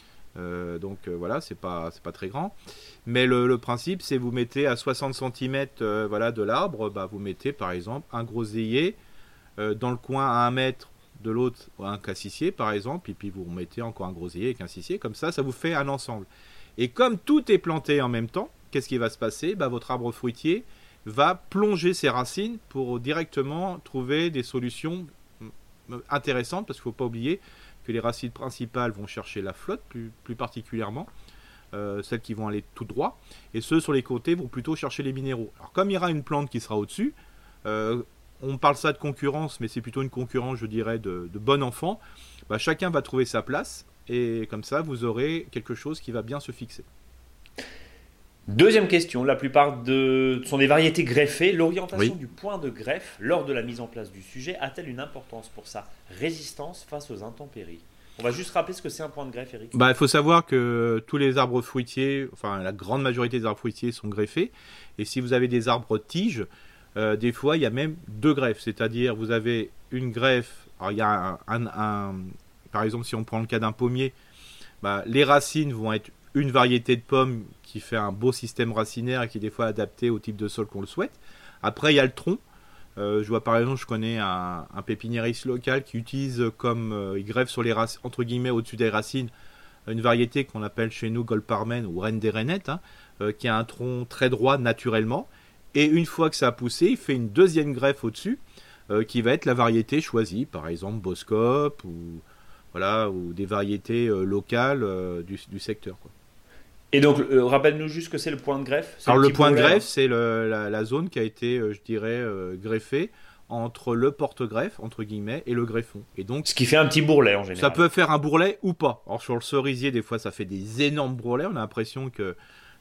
voilà, c'est pas très grand. Mais le principe c'est vous mettez à 60 cm voilà, de l'arbre, vous mettez par exemple un groseillier dans le coin à 1 mètre de l'autre, un cassissier par exemple, et puis vous mettez encore un groseillier avec un cissier, comme ça vous fait un ensemble. Et comme tout est planté en même temps, qu'est-ce qui va se passer ? Votre arbre fruitier va plonger ses racines pour directement trouver des solutions intéressantes, parce qu'il ne faut pas oublier que les racines principales vont chercher la flotte, plus particulièrement, celles qui vont aller tout droit, et ceux sur les côtés vont plutôt chercher les minéraux. Alors comme il y aura une plante qui sera au-dessus, on parle ça de concurrence, mais c'est plutôt une concurrence, je dirais, de bon enfant, chacun va trouver sa place, et comme ça, vous aurez quelque chose qui va bien se fixer. Deuxième question, la plupart sont des variétés greffées. L'orientation du point de greffe lors de la mise en place du sujet a-t-elle une importance pour sa résistance face aux intempéries ? On va juste rappeler ce que c'est un point de greffe, Eric. Il faut savoir que tous les arbres fruitiers, enfin la grande majorité des arbres fruitiers sont greffés. Et si vous avez des arbres tiges, des fois il y a même 2 greffes. C'est-à-dire vous avez une greffe, alors il y a par exemple si on prend le cas d'un pommier, les racines vont être une variété de pommes qui fait un beau système racinaire et qui est des fois adapté au type de sol qu'on le souhaite. Après, il y a le tronc. Je vois par exemple, je connais un pépiniériste local qui utilise il greffe sur les racines, entre guillemets, au-dessus des racines, une variété qu'on appelle chez nous Gold Parmen ou Reine des Rainettes, qui a un tronc très droit naturellement. Et une fois que ça a poussé, il fait une deuxième greffe au-dessus, qui va être la variété choisie, par exemple Boskop ou des variétés locales du secteur, quoi. Et donc, rappelle-nous juste que c'est le point de greffe. Alors le point de greffe, c'est la zone qui a été, je dirais, greffée entre le porte-greffe, entre guillemets, et le greffon. Et donc, ce qui fait un petit bourrelet en général. Ça peut faire un bourrelet ou pas. Alors sur le cerisier, des fois, ça fait des énormes bourrelets. On a l'impression que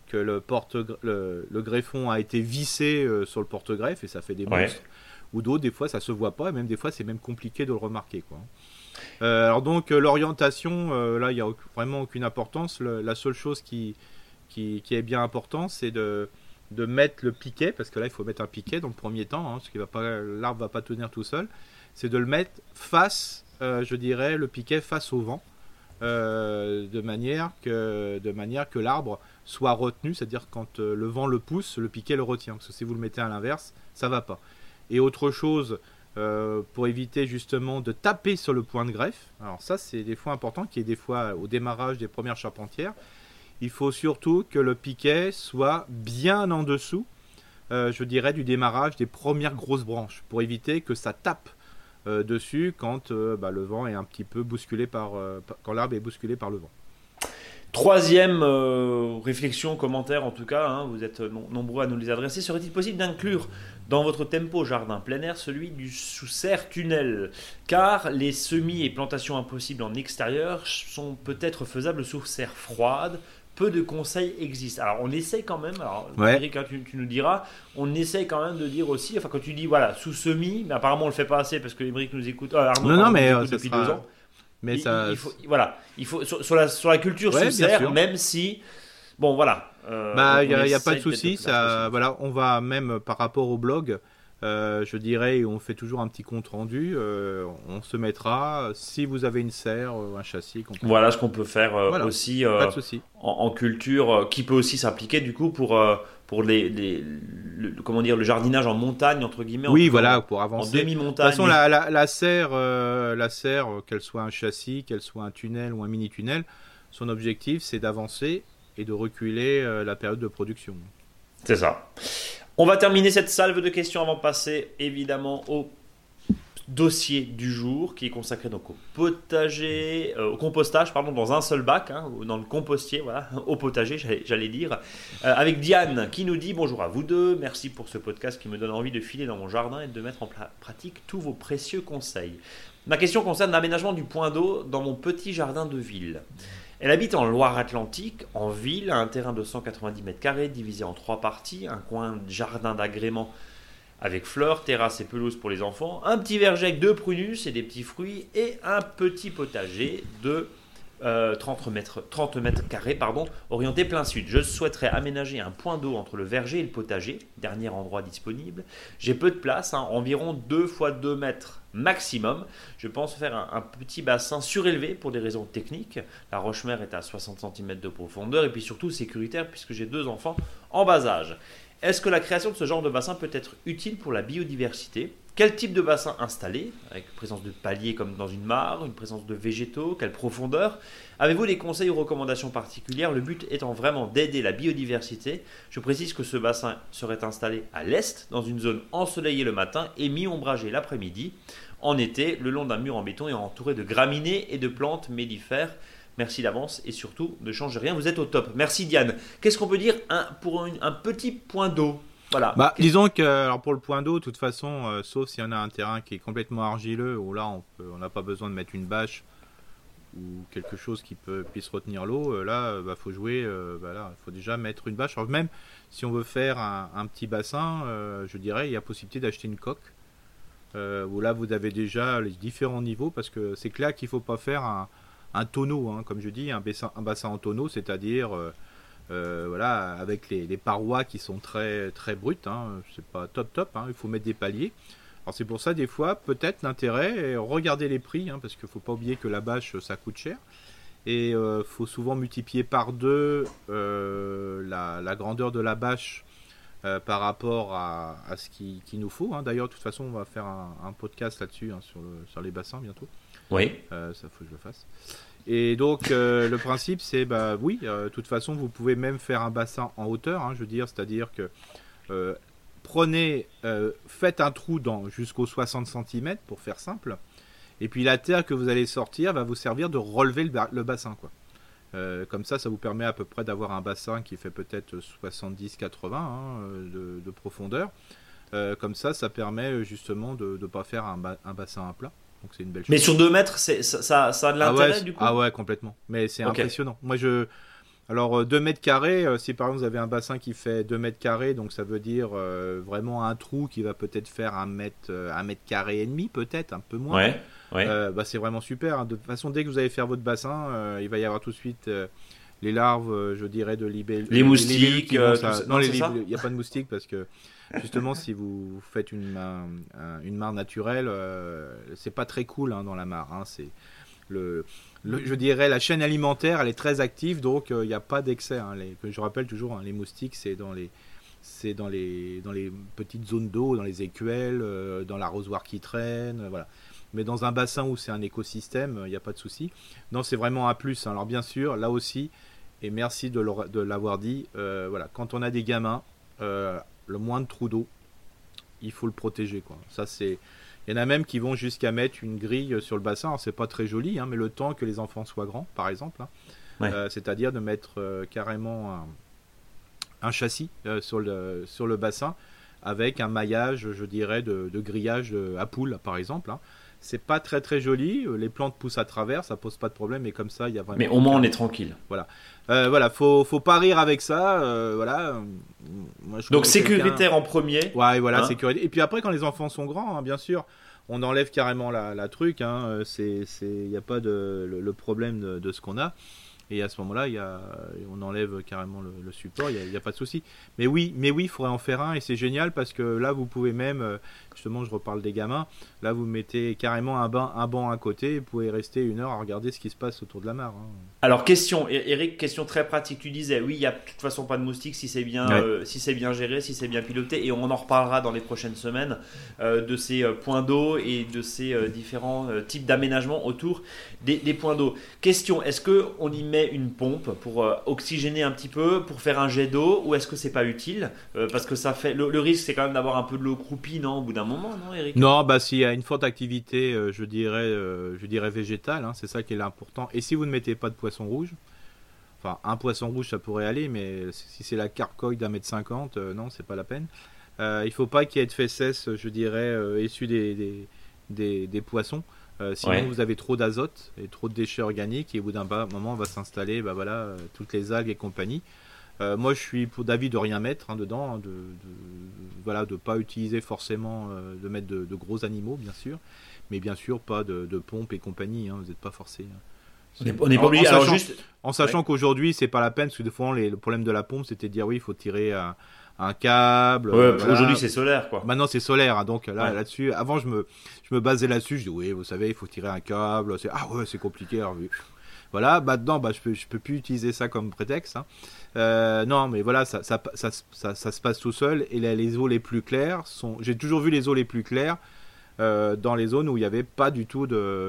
le greffon a été vissé sur le porte-greffe et ça fait des monstres. Ou d'autres, des fois, ça se voit pas. Et même des fois, c'est même compliqué de le remarquer, quoi. Alors donc l'orientation, là il n'y a vraiment aucune importance. La seule chose qui est bien importante, c'est de mettre le piquet, parce que là il faut mettre un piquet dans le premier temps, parce que l'arbre va pas tenir tout seul. C'est de le mettre face, je dirais, le piquet face au vent, de manière que l'arbre soit retenu, c'est-à-dire quand le vent le pousse, le piquet le retient, parce que si vous le mettez à l'inverse, ça va pas. Et autre chose, pour éviter justement de taper sur le point de greffe. Alors ça c'est des fois important, qui est des fois au démarrage des premières charpentières. Il faut surtout que le piquet soit bien en dessous, je dirais, du démarrage des premières grosses branches, pour éviter que ça tape dessus quand le vent est un petit peu bousculé quand l'arbre est bousculé par le vent. Troisième réflexion, commentaire en tout cas, vous êtes nombreux à nous les adresser. Serait-il possible d'inclure dans votre tempo jardin plein air celui du sous-serre tunnel ? Car les semis et plantations impossibles en extérieur sont peut-être faisables sous serre froide. Peu de conseils existent. Alors on essaie quand même, Eric, tu nous diras, on essaie quand même de dire aussi, quand tu dis sous semis, mais apparemment on le fait pas assez parce que Eric nous écoute, Arnaud nous écoute depuis 2 ans. Mais il faut sur la culture sous serre, même si il y a pas de souci, on va même par rapport au blog, je dirais, on fait toujours un petit compte rendu, on se mettra si vous avez une serre, un châssis. Voilà ce qu'on peut faire aussi en culture, qui peut aussi s'appliquer du coup pour le jardinage en montagne entre guillemets. Pour avancer. En demi-montagne. De toute façon, la serre, qu'elle soit un châssis, qu'elle soit un tunnel ou un mini-tunnel, son objectif c'est d'avancer et de reculer la période de production. C'est ça. On va terminer cette salve de questions avant de passer évidemment au dossier du jour qui est consacré donc au compostage dans un seul bac, dans le compostier, au potager j'allais dire, avec Diane qui nous dit: bonjour à vous deux, merci pour ce podcast qui me donne envie de filer dans mon jardin et de mettre en pratique tous vos précieux conseils. Ma question concerne l'aménagement du point d'eau dans mon petit jardin de ville. Elle habite en Loire-Atlantique, en ville, à un terrain de 190 m² divisé en 3 parties, un coin de jardin d'agrément avec fleurs, terrasse et pelouse pour les enfants, un petit verger avec 2 prunus et des petits fruits et un petit potager de 30 mètres carrés, orienté plein sud. Je souhaiterais aménager un point d'eau entre le verger et le potager, dernier endroit disponible. J'ai peu de place, environ 2 x 2 mètres maximum. Je pense faire un petit bassin surélevé pour des raisons techniques. La roche-mère est à 60 cm de profondeur et puis surtout sécuritaire puisque j'ai 2 enfants en bas âge. Est-ce que la création de ce genre de bassin peut être utile pour la biodiversité ? Quel type de bassin installer, avec présence de paliers comme dans une mare, une présence de végétaux, quelle profondeur ? Avez-vous des conseils ou recommandations particulières ? Le but étant vraiment d'aider la biodiversité. Je précise que ce bassin serait installé à l'est, dans une zone ensoleillée le matin et mi-ombragée l'après-midi. En été, le long d'un mur en béton et entouré de graminées et de plantes mellifères. Merci d'avance et surtout ne changez rien, vous êtes au top. Merci Diane. Qu'est-ce qu'on peut dire pour un petit point d'eau ? Voilà. Disons que alors pour le point d'eau, de toute façon, sauf s'il y en a un terrain qui est complètement argileux, où là on n'a pas besoin de mettre une bâche ou quelque chose qui puisse retenir l'eau, là faut jouer, il faut déjà mettre une bâche. Alors, même si on veut faire un petit bassin, je dirais il y a possibilité d'acheter une coque, où là vous avez déjà les différents niveaux, parce que c'est clair qu'il ne faut pas faire un tonneau, comme je dis, un bassin en tonneau, c'est-à-dire avec les parois qui sont très très brutes, c'est pas top, il faut mettre des paliers. Alors c'est pour ça des fois peut-être l'intérêt, regarder les prix, parce qu'il faut pas oublier que la bâche ça coûte cher et faut souvent multiplier par 2 la grandeur de la bâche par rapport à ce qu'il nous faut. D'ailleurs de toute façon on va faire un podcast là-dessus sur les bassins bientôt. Oui. Ça faut que je le fasse. Et donc le principe c'est de toute façon vous pouvez même faire un bassin en hauteur, je veux dire, c'est-à-dire que faites un trou jusqu'aux 60 cm pour faire simple, et puis la terre que vous allez sortir va vous servir de relever le bassin, quoi. Comme ça vous permet à peu près d'avoir un bassin qui fait peut-être 70-80 de profondeur. Comme ça permet justement de ne pas faire un bassin à plat. Donc c'est une belle chose. Mais sur 2 mètres, ça a de l'intérêt du coup ? Ah ouais, complètement. Mais c'est impressionnant. Alors 2 mètres carrés, si par exemple vous avez un bassin qui fait 2 mètres carrés, donc ça veut dire vraiment un trou qui va peut-être faire 1 mètre carré et demi, peut-être, un peu moins. Ouais. C'est vraiment super. De toute façon, dès que vous allez faire votre bassin, il va y avoir tout de suite les larves, je dirais, de libellules. Les moustiques. Non, il n'y a pas de moustiques parce que justement, si vous faites une mare naturelle, c'est pas très cool dans la mare. C'est je dirais la chaîne alimentaire, elle est très active, donc il n'y a pas d'excès. Je rappelle toujours, les moustiques, c'est dans les petites zones d'eau, dans les écuelles, dans l'arrosoir qui traîne, voilà. Mais dans un bassin où c'est un écosystème, il n'y a pas de souci. Non, c'est vraiment un plus. Alors bien sûr, là aussi, et merci de l'avoir dit, quand on a des gamins, le moindre trou d'eau, il faut le protéger, quoi. Ça, il y en a même qui vont jusqu'à mettre une grille sur le bassin. Alors c'est pas très joli, mais le temps que les enfants soient grands, par exemple, c'est-à-dire de mettre carrément un châssis sur le bassin avec un maillage, je dirais, de grillage à poules, par exemple. C'est pas très très joli, les plantes poussent à travers, ça pose pas de problème, mais comme ça il y a vraiment. Mais au moins on est tranquille. Voilà, faut pas rire avec ça, Moi, donc sécuritaire en premier. Ouais, voilà, sécurité. Et puis après quand les enfants sont grands, bien sûr, on enlève carrément la truc, il y a pas le problème de ce qu'on a. Et à ce moment-là, on enlève carrément le support, il n'y a pas de souci. Mais oui, il faudrait en faire un et c'est génial parce que là, vous pouvez même, justement, je reparle des gamins, là, vous mettez carrément un banc à côté et vous pouvez rester 1 heure à regarder ce qui se passe autour de la mare. Alors, Eric, question très pratique. Tu disais, oui, il n'y a de toute façon pas de moustiques si c'est bien, si c'est bien géré, si c'est bien piloté. Et on en reparlera dans les prochaines semaines de ces points d'eau et de ces différents types d'aménagements autour des points d'eau. Question, est-ce qu'on y met une pompe pour oxygéner un petit peu, pour faire un jet d'eau, ou est-ce que c'est pas utile parce que ça fait le risque, c'est quand même d'avoir un peu de l'eau croupie, non, au bout d'un moment, non, Eric ? Non, s'il y a une forte activité, je dirais végétale, c'est ça qui est l'important. Et si vous ne mettez pas de poisson rouge, enfin un poisson rouge ça pourrait aller, mais si c'est la carcoïde d'1,50 m, non, c'est pas la peine. Il faut pas qu'il y ait de fesses, je dirais, issues des poissons. Sinon vous avez trop d'azote et trop de déchets organiques et au bout d'un moment va s'installer toutes les algues et compagnie. Moi je suis d'avis de rien mettre dedans, de pas utiliser forcément de mettre de gros animaux bien sûr, mais bien sûr pas de pompe et compagnie, vous n'êtes pas forcé. On n'est pas obligé. Alors juste, en sachant qu'aujourd'hui, c'est pas la peine, parce que des fois, le problème de la pompe, c'était de dire oui, il faut tirer un câble. Voilà. Aujourd'hui, c'est solaire, quoi. Maintenant, c'est solaire, hein, donc là-dessus, avant, je me basais là-dessus. Je dis oui, vous savez, il faut tirer un câble. C'est compliqué. Alors, voilà, maintenant, je peux plus utiliser ça comme prétexte. Hein. Non, mais voilà, ça se passe tout seul. Et les eaux les plus claires j'ai toujours vu les eaux les plus claires dans les zones où il n'y avait pas du tout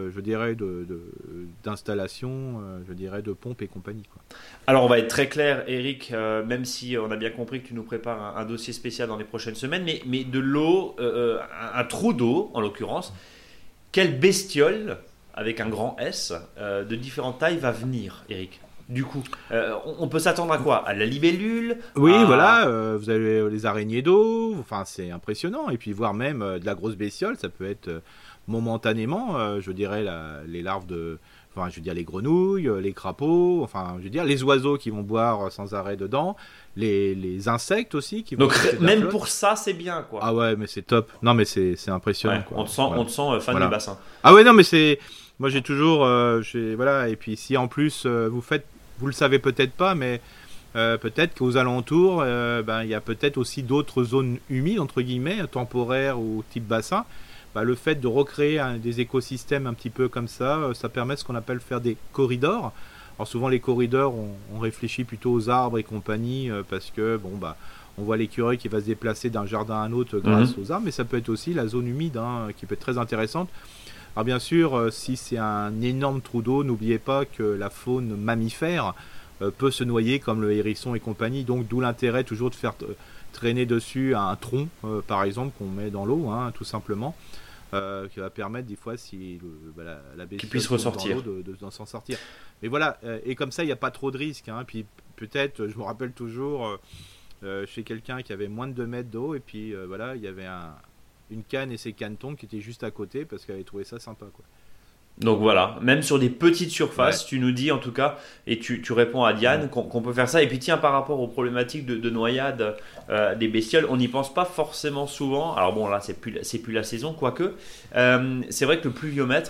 d'installation, de pompe et compagnie, quoi. Alors on va être très clair, Eric, même si on a bien compris que tu nous prépares un dossier spécial dans les prochaines semaines, mais de l'eau, un trou d'eau en l'occurrence, quelle bestiole, avec un grand S, de différentes tailles va venir, Eric ? Du coup, on peut s'attendre à quoi ? À la libellule ? Oui, voilà, vous avez les araignées d'eau, enfin c'est impressionnant, et puis voire même de la grosse bestiole, ça peut être momentanément, les larves les grenouilles, les crapauds, les oiseaux qui vont boire sans arrêt dedans, les insectes aussi qui vont. Donc même pour ça, c'est bien, quoi. Ah ouais, mais c'est top. Non, mais c'est impressionnant. Ouais, quoi. On te sent fan du bassin. Ah ouais, non, mais c'est. Moi, j'ai toujours, voilà, et puis si en plus vous le savez peut-être pas, mais peut-être qu'aux alentours, il y a peut-être aussi d'autres zones humides entre guillemets, temporaires ou type bassin. Le fait de recréer des écosystèmes un petit peu comme ça, ça permet ce qu'on appelle faire des corridors. Alors souvent les corridors, on réfléchit plutôt aux arbres et compagnie, parce que on voit l'écureuil qui va se déplacer d'un jardin à un autre grâce aux arbres, mais ça peut être aussi la zone humide, hein, qui peut être très intéressante. Alors bien sûr, si c'est un énorme trou d'eau, n'oubliez pas que la faune mammifère peut se noyer comme le hérisson et compagnie, donc d'où l'intérêt toujours de faire traîner dessus un tronc, par exemple, qu'on met dans l'eau, hein, tout simplement. Qui va permettre des fois si la bestiole puisse ressortir de s'en sortir. Mais voilà, et comme ça il n'y a pas trop de risques, hein. Puis peut-être, je me rappelle toujours chez quelqu'un qui avait moins de 2 mètres d'eau, et puis il y avait une canne et ses canetons qui étaient juste à côté parce qu'elle avait trouvé ça sympa, quoi. Donc voilà, même sur des petites surfaces, tu nous dis en tout cas, et tu réponds à Diane qu'on peut faire ça. Et puis tiens, par rapport aux problématiques de noyade des bestioles, on n'y pense pas forcément souvent. Alors bon, là c'est plus la saison, quoique. C'est vrai que le pluviomètre,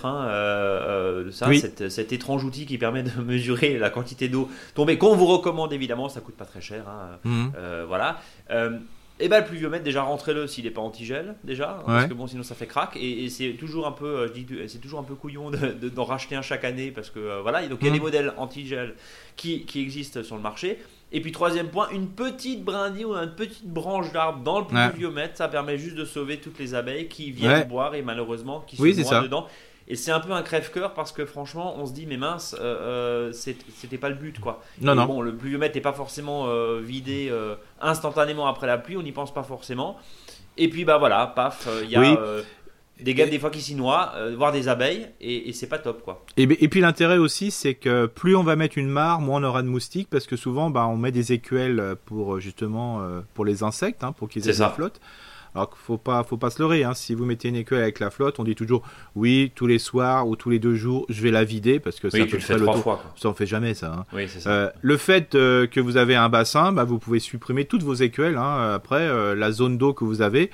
cet étrange outil qui permet de mesurer la quantité d'eau tombée, qu'on vous recommande évidemment, ça coûte pas très cher, hein, voilà. Et le pluviomètre, déjà rentrez-le s'il n'est pas antigel, déjà, parce que sinon ça fait crack, et c'est toujours un peu, c'est toujours un peu couillon d'en racheter un chaque année, parce que donc il y a des modèles antigel qui existent sur le marché. Et puis troisième point, une petite brindille ou une petite branche d'arbre dans le pluviomètre, ça permet juste de sauver toutes les abeilles qui viennent boire et malheureusement qui se noient dedans. Et c'est un peu un crève-cœur parce que franchement, on se dit mais mince, c'était pas le but, quoi. Non. Bon, le pluviomètre n'est pas forcément vidé instantanément après la pluie, on n'y pense pas forcément. Et puis paf, il y a des gars des fois qui s'y noient, voire des abeilles, et c'est pas top, quoi. Et puis l'intérêt aussi, c'est que plus on va mettre une mare, moins on aura de moustiques, parce que souvent on met des écuelles pour justement pour les insectes, hein, pour qu'ils aient de la flotte. Alors qu'il faut pas se leurrer, hein. Si vous mettez une écuelle avec la flotte, on dit toujours oui, tous les soirs ou tous les 2 jours, je vais la vider parce que ça tu le fais 3 fois, quoi. Ça on fait jamais ça, hein. Oui, c'est ça. Le fait que vous avez un bassin, vous pouvez supprimer toutes vos écuelles, hein. Après la zone d'eau que vous avez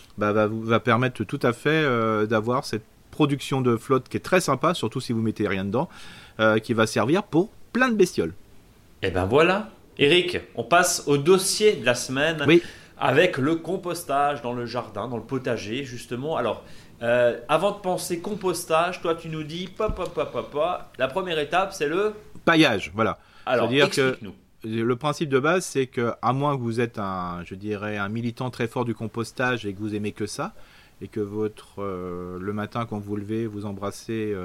va permettre tout à fait d'avoir cette production de flotte qui est très sympa, surtout si vous mettez rien dedans, qui va servir pour plein de bestioles. Et voilà, Eric, on passe au dossier de la semaine. Oui. Avec le compostage dans le jardin, dans le potager, justement. Alors, avant de penser compostage, toi, tu nous dis, la première étape, c'est le paillage, voilà. Alors, c'est-à-dire explique-nous. Que le principe de base, c'est que, à moins que vous êtes un militant très fort du compostage et que vous aimez que ça, et que le matin, quand vous vous levez, vous embrassez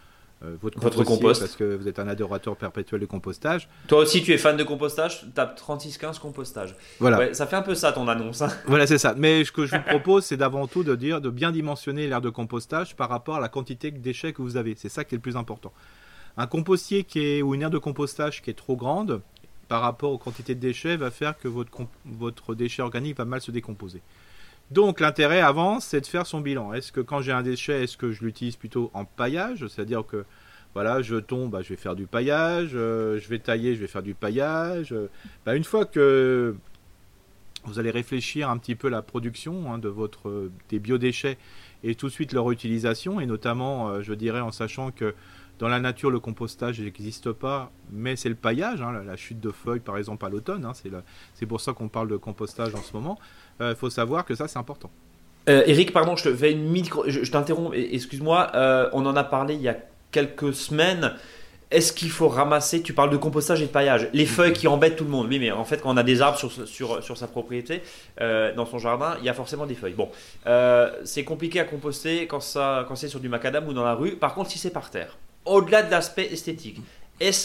votre compost parce que vous êtes un adorateur perpétuel du compostage. Toi aussi tu es fan de compostage, tape 3615 compostage. Voilà. Ouais, ça fait un peu ça ton annonce, hein. Voilà, c'est ça. Mais ce que je vous propose, c'est d'avant tout de bien dimensionner l'aire de compostage par rapport à la quantité de déchets que vous avez. C'est ça qui est le plus important. Un compostier ou une aire de compostage qui est trop grande par rapport aux quantités de déchets va faire que votre déchet organique va mal se décomposer. Donc l'intérêt avant, c'est de faire son bilan. Est-ce que quand j'ai un déchet, est-ce que je l'utilise plutôt en paillage ? C'est-à-dire que je tombe, je vais faire du paillage, je vais tailler, je vais faire du paillage. Une fois que vous allez réfléchir un petit peu la production, hein, des biodéchets et tout de suite leur utilisation, et notamment, en sachant que Dans la nature, le compostage n'existe pas, mais c'est le paillage, hein, la chute de feuilles par exemple à l'automne, hein, c'est pour ça qu'on parle de compostage en ce moment. Il faut savoir que ça c'est important. Eric, pardon, je te fais je t'interromps, excuse-moi, on en a parlé il y a quelques semaines. Est-ce qu'il faut ramasser, tu parles de compostage et de paillage, les feuilles qui embêtent tout le monde? Oui, mais en fait, quand on a des arbres sur sa propriété, dans son jardin, il y a forcément des feuilles. Bon, c'est compliqué à composter quand c'est sur du macadam ou dans la rue. Par contre, si c'est par terre, au-delà de l'aspect esthétique, est-ce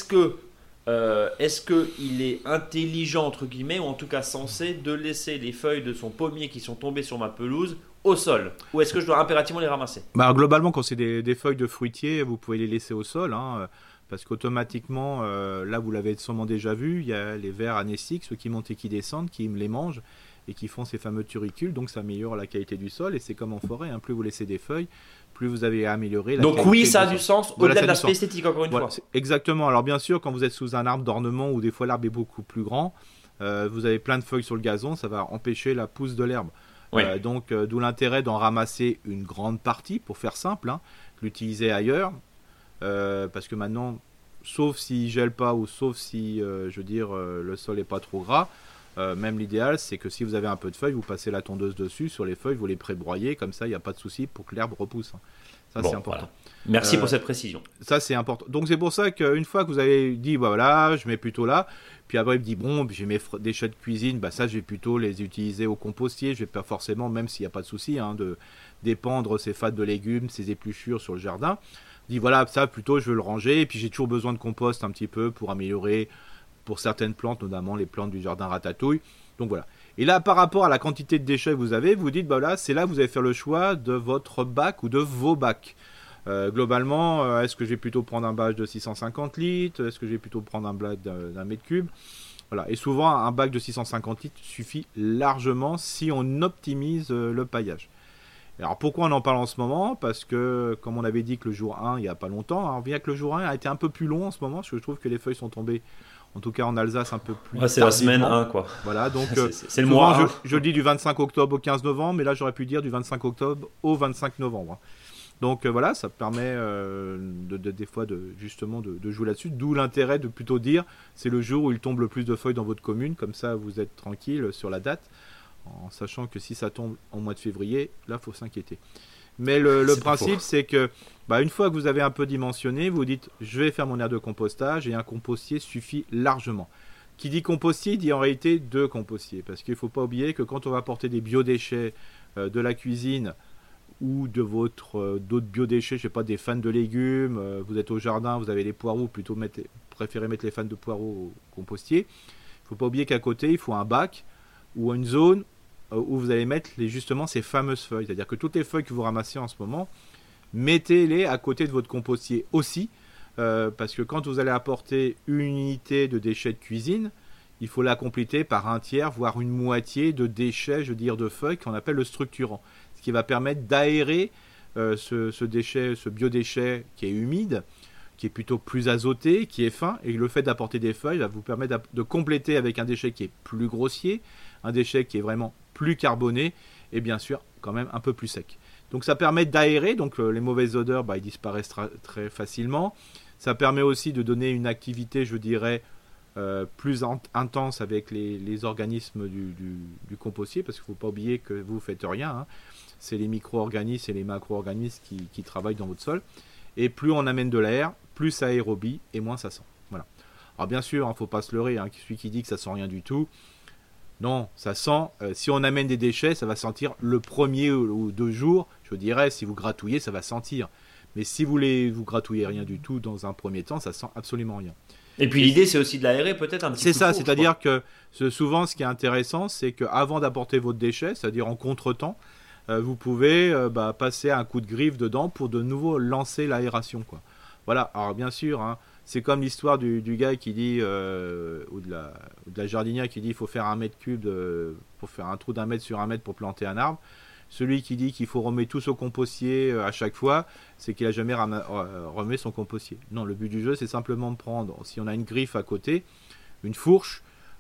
qu'il est intelligent, entre guillemets, ou en tout cas censé, de laisser les feuilles de son pommier qui sont tombées sur ma pelouse au sol? Ou est-ce que je dois impérativement les ramasser? Globalement, quand c'est des feuilles de fruitiers, vous pouvez les laisser au sol, hein, parce qu'automatiquement, là vous l'avez sûrement déjà vu, il y a les vers anéciques, ceux qui montent et qui descendent, qui les mangent et qui font ces fameux turicules, donc ça améliore la qualité du sol, et c'est comme en forêt, hein, plus vous laissez des feuilles, plus vous avez amélioré la qualité. Donc oui, ça a du sol. sens, au-delà de l'aspect esthétique, encore une fois. Exactement, alors bien sûr, quand vous êtes sous un arbre d'ornement, où des fois l'arbre est beaucoup plus grand, vous avez plein de feuilles sur le gazon, ça va empêcher la pousse de l'herbe. Oui. Donc d'où l'intérêt d'en ramasser une grande partie, pour faire simple, hein, l'utiliser ailleurs, parce que maintenant, sauf s'il gèle pas ou sauf si le sol n'est pas trop gras, même l'idéal c'est que si vous avez un peu de feuilles, vous passez la tondeuse dessus, sur les feuilles vous les prébroyez, comme ça il n'y a pas de souci pour que l'herbe repousse, hein. Ça c'est important. Voilà. Merci pour cette précision. Ça c'est important. Donc c'est pour ça qu'une fois que vous avez dit voilà, je mets plutôt là, puis après il me dit bon, j'ai mes déchets de cuisine, ça je vais plutôt les utiliser au compostier, je vais pas forcément, même s'il n'y a pas de souci, hein, de dépendre ces fades de légumes, ces épluchures sur le jardin. Dit voilà, ça plutôt je veux le ranger, et puis j'ai toujours besoin de compost un petit peu pour améliorer pour certaines plantes, notamment les plantes du jardin ratatouille. Donc voilà. Et là, par rapport à la quantité de déchets que vous avez, vous dites c'est là que vous allez faire le choix de votre bac ou de vos bacs. Globalement, est-ce que je vais plutôt prendre un bac de 650 litres? Est-ce que je vais plutôt prendre un bac d'un mètre cube? Voilà. Et souvent, un bac de 650 litres suffit largement si on optimise le paillage. Alors pourquoi on en parle en ce moment? Parce que, comme on avait dit que le jour 1, il n'y a pas longtemps, on vient que le jour 1 a été un peu plus long en ce moment, parce que je trouve que les feuilles sont tombées, en tout cas en Alsace, un peu plus c'est la semaine 1, quoi. Voilà, donc c'est le mois. Je le dis du 25 octobre au 15 novembre, mais là j'aurais pu dire du 25 octobre au 25 novembre. Donc voilà, ça permet des fois de jouer là-dessus, d'où l'intérêt de plutôt dire c'est le jour où il tombe le plus de feuilles dans votre commune, comme ça vous êtes tranquille sur la date, en sachant que si ça tombe en mois de février, là, il faut s'inquiéter. Mais le principe, c'est que une fois que vous avez un peu dimensionné, vous dites je vais faire mon aire de compostage, et un compostier suffit largement. Qui dit compostier, dit en réalité deux compostiers, parce qu'il ne faut pas oublier que quand on va apporter des biodéchets de la cuisine ou de d'autres biodéchets, je sais pas, des fans de légumes, vous êtes au jardin, vous avez les poireaux, préférez mettre les fans de poireaux au compostier. Il ne faut pas oublier qu'à côté, il faut un bac ou une zone où vous allez mettre justement ces fameuses feuilles. C'est-à-dire que toutes les feuilles que vous ramassez en ce moment, mettez-les à côté de votre compostier aussi, parce que quand vous allez apporter une unité de déchets de cuisine, il faut la compléter par un tiers, voire une moitié de déchets, de feuilles qu'on appelle le structurant. Ce qui va permettre d'aérer ce biodéchet qui est humide, qui est plutôt plus azoté, qui est fin, et le fait d'apporter des feuilles va vous permettre de compléter avec un déchet qui est plus grossier, un déchet qui est vraiment plus carboné, et bien sûr quand même un peu plus sec. Donc ça permet d'aérer, donc les mauvaises odeurs ils disparaissent très facilement. Ça permet aussi de donner une activité, plus intense avec les organismes du compostier, parce qu'il ne faut pas oublier que vous ne faites rien, hein. C'est les micro-organismes et les macro-organismes qui travaillent dans votre sol. Et plus on amène de l'air, plus ça aérobie et moins ça sent. Voilà. Alors bien sûr, il ne faut pas se leurrer, hein, celui qui dit que ça sent rien du tout. Non, ça sent, si on amène des déchets, ça va sentir le premier ou 2 jours. Je dirais, si vous gratouillez, ça va sentir. Mais si vous gratouillez rien du tout dans un premier temps, ça sent absolument rien. Et puis l'idée, c'est aussi de l'aérer peut-être un petit peu. C'est ça, c'est-à-dire que souvent, ce qui est intéressant, c'est qu'avant d'apporter votre déchet, c'est-à-dire en contre-temps, vous pouvez passer un coup de griffe dedans pour de nouveau lancer l'aération, quoi. Voilà, alors bien sûr, hein, c'est comme l'histoire du gars qui dit, ou de la jardinière qui dit qu'il faut faire 1 mètre cube, pour faire un trou d'1 mètre sur 1 mètre pour planter un arbre. Celui qui dit qu'il faut remettre tout son compostier à chaque fois, c'est qu'il n'a jamais remis son compostier. Non, le but du jeu, c'est simplement de prendre, si on a une griffe à côté, une fourche,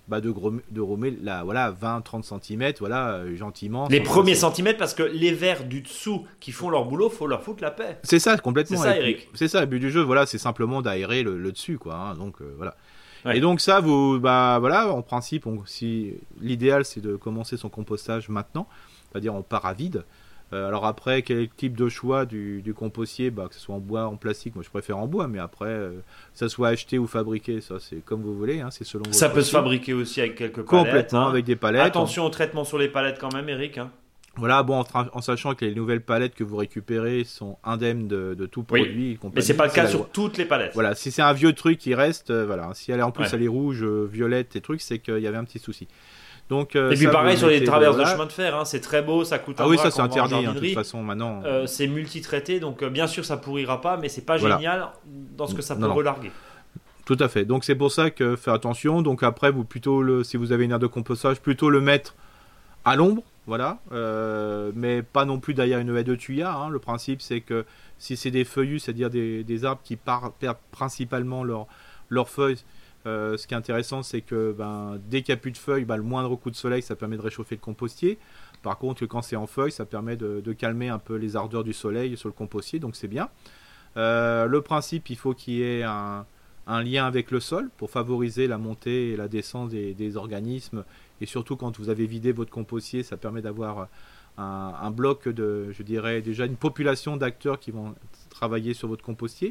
de remuer 20-30 cm, gentiment. Les premiers centimètres, parce que les vers du dessous qui font leur boulot, faut leur foutre la paix. C'est ça, complètement. C'est ça, Eric. C'est ça, le but du jeu, c'est simplement d'aérer le dessus, quoi. Hein, donc, voilà. Ouais. Et donc ça, en principe, si l'idéal, c'est de commencer son compostage maintenant, c'est-à-dire on part à vide. Alors après, quel type de choix du compostier, que ce soit en bois, en plastique, moi je préfère en bois, mais après, que ça soit acheté ou fabriqué, ça c'est comme vous voulez, hein, c'est selon votre Ça peut se style. fabriquer aussi avec quelques palettes. Complètement, avec des palettes. Attention au traitement sur les palettes quand même, Eric. Hein. Voilà, en sachant que les nouvelles palettes que vous récupérez sont indemnes de tout produit. Oui, mais c'est pas le cas sur toutes les palettes. Voilà, si c'est un vieux truc qui reste, si elle est en plus Ouais. elle est rouge, violette et trucs, c'est qu'il y avait un petit souci. Donc, et puis pareil sur les traverses de chemin de fer, hein, c'est très beau, ça coûte un Ah oui, bras ça c'est quand on va en interdit, de jardinerie. toute façon maintenant. C'est multitraité, donc bien sûr ça pourrira pas, mais c'est pas génial dans ce que ça peut relarguer. Tout à fait. Donc c'est pour ça que faites attention. Donc après, si vous avez une aire de compostage, plutôt le mettre à l'ombre, mais pas non plus derrière une haie de tuya. Hein. Le principe c'est que si c'est des feuillus, c'est-à-dire des arbres qui perdent principalement leurs feuilles. Ce qui est intéressant, c'est que dès qu'il n'y a plus de feuilles, le moindre coup de soleil, ça permet de réchauffer le compostier. Par contre, quand c'est en feuilles, ça permet de calmer un peu les ardeurs du soleil sur le compostier, donc c'est bien. Le principe, il faut qu'il y ait un lien avec le sol pour favoriser la montée et la descente des organismes. Et surtout, quand vous avez vidé votre compostier, ça permet d'avoir un bloc je dirais déjà une population d'acteurs qui vont travailler sur votre compostier.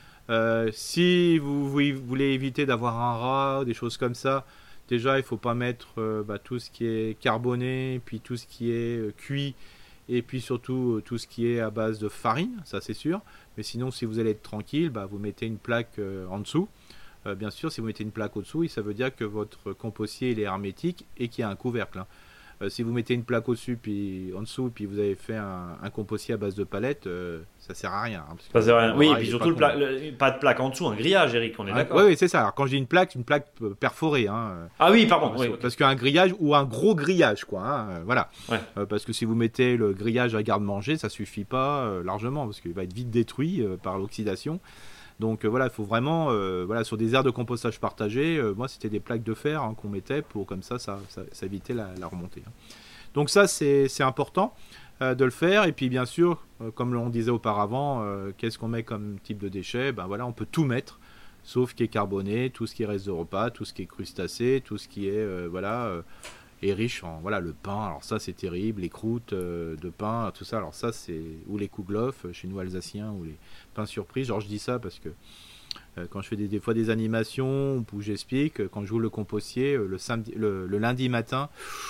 Si vous voulez éviter d'avoir un rat, des choses comme ça, déjà il ne faut pas mettre tout ce qui est carboné, puis tout ce qui est cuit, et puis surtout tout ce qui est à base de farine, ça c'est sûr. Mais sinon, si vous allez être tranquille, vous mettez une plaque en dessous. Bien sûr, si vous mettez une plaque au-dessous, ça veut dire que votre compostier il est hermétique et qu'il y a un couvercle. Hein. Si vous mettez une plaque au-dessus, puis en dessous, puis vous avez fait un compostier à base de palettes, ça sert à rien. Hein, ça sert à rien. Oui, et puis surtout pas de plaque en dessous, un grillage, Eric, on est d'accord. Oui, c'est ça. Alors quand je dis une plaque perforée. Hein, ah oui, pardon. Parce qu'un grillage ou un gros grillage, quoi. Hein, voilà. Ouais. Parce que si vous mettez le grillage à garde-manger, ça suffit pas largement, parce qu'il va être vite détruit par l'oxydation. Donc il faut vraiment, sur des aires de compostage partagées, moi c'était des plaques de fer qu'on mettait pour comme ça évitait la remontée. Hein. Donc ça c'est important de le faire. Et puis bien sûr, comme on disait auparavant, qu'est-ce qu'on met comme type de déchets ? On peut tout mettre, sauf ce qui est carboné, tout ce qui reste de repas, tout ce qui est crustacé, tout ce qui est est riche en le pain. Alors ça c'est terrible, les croûtes de pain, tout ça. Alors ça c'est ou les kouglof chez nous alsaciens ou les pains surprises. Genre je dis ça parce que quand je fais des fois des animations où j'explique, quand je joue le compostier le lundi matin,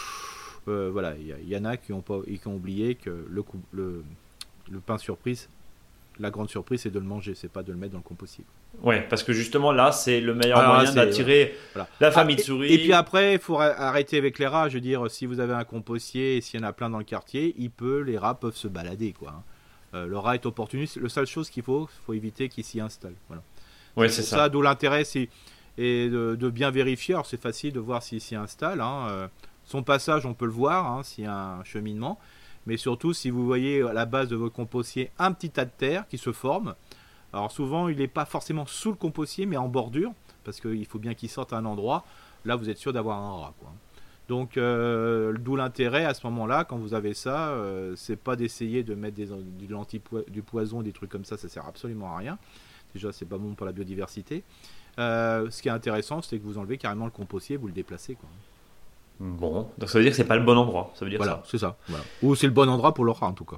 il y en a qui ont oublié que le pain surprise, la grande surprise c'est de le manger, c'est pas de le mettre dans le compostier. Ouais, parce que justement là c'est le meilleur moyen d'attirer la famille de souris. Et puis après il faut arrêter avec les rats. Je veux dire, si vous avez un compostier et s'il y en a plein dans le quartier, les rats peuvent se balader, quoi. Le rat est opportuniste. La seule chose qu'il faut éviter qu'il s'y installe. Voilà. Ouais, c'est ça. D'où l'intérêt et de bien vérifier. Alors c'est facile de voir s'il s'y installe. Hein. Son passage, on peut le voir, hein, s'il y a un cheminement. Mais surtout, si vous voyez à la base de votre compostier un petit tas de terre qui se forme. Alors souvent, il n'est pas forcément sous le compostier, mais en bordure, parce qu'il faut bien qu'il sorte à un endroit. Là, vous êtes sûr d'avoir un rat, quoi. Donc, d'où l'intérêt à ce moment-là, quand vous avez ça, c'est pas d'essayer de mettre du poison, des trucs comme ça sert absolument à rien. Déjà, c'est pas bon pour la biodiversité. Ce qui est intéressant, c'est que vous enlevez carrément le compostier, vous le déplacez, quoi. Bon, donc ça veut dire que c'est pas le bon endroit. Ça veut dire ça. C'est ça. Voilà. Ou c'est le bon endroit pour le rat, en tout cas.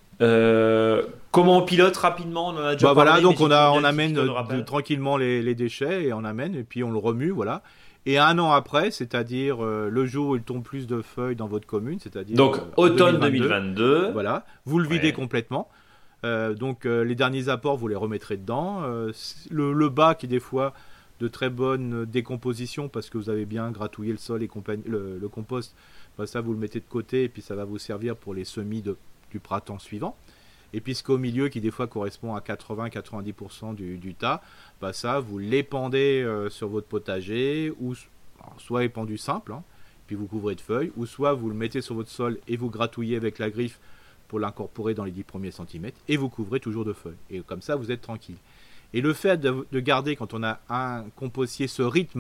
Comment on pilote rapidement, on en a déjà parlé, donc on amène tranquillement les déchets et on amène et puis on le remue, voilà. Et un an après, c'est-à-dire le jour où il tombe plus de feuilles dans votre commune, c'est-à-dire donc automne 2022, voilà, vous le videz complètement. Les derniers apports, vous les remettrez dedans. Le bas qui est des fois de très bonne décomposition parce que vous avez bien gratouillé le sol et le compost, ça vous le mettez de côté et puis ça va vous servir pour les semis du printemps suivant. Et puis ce qu'au milieu qui des fois correspond à 80-90% du tas, ça vous l'épandez sur votre potager, ou soit épandu simple, hein, puis vous couvrez de feuilles, ou soit vous le mettez sur votre sol et vous gratouillez avec la griffe pour l'incorporer dans les 10 premiers centimètres, et vous couvrez toujours de feuilles. Et comme ça, vous êtes tranquille. Et le fait de garder, quand on a un compostier, ce rythme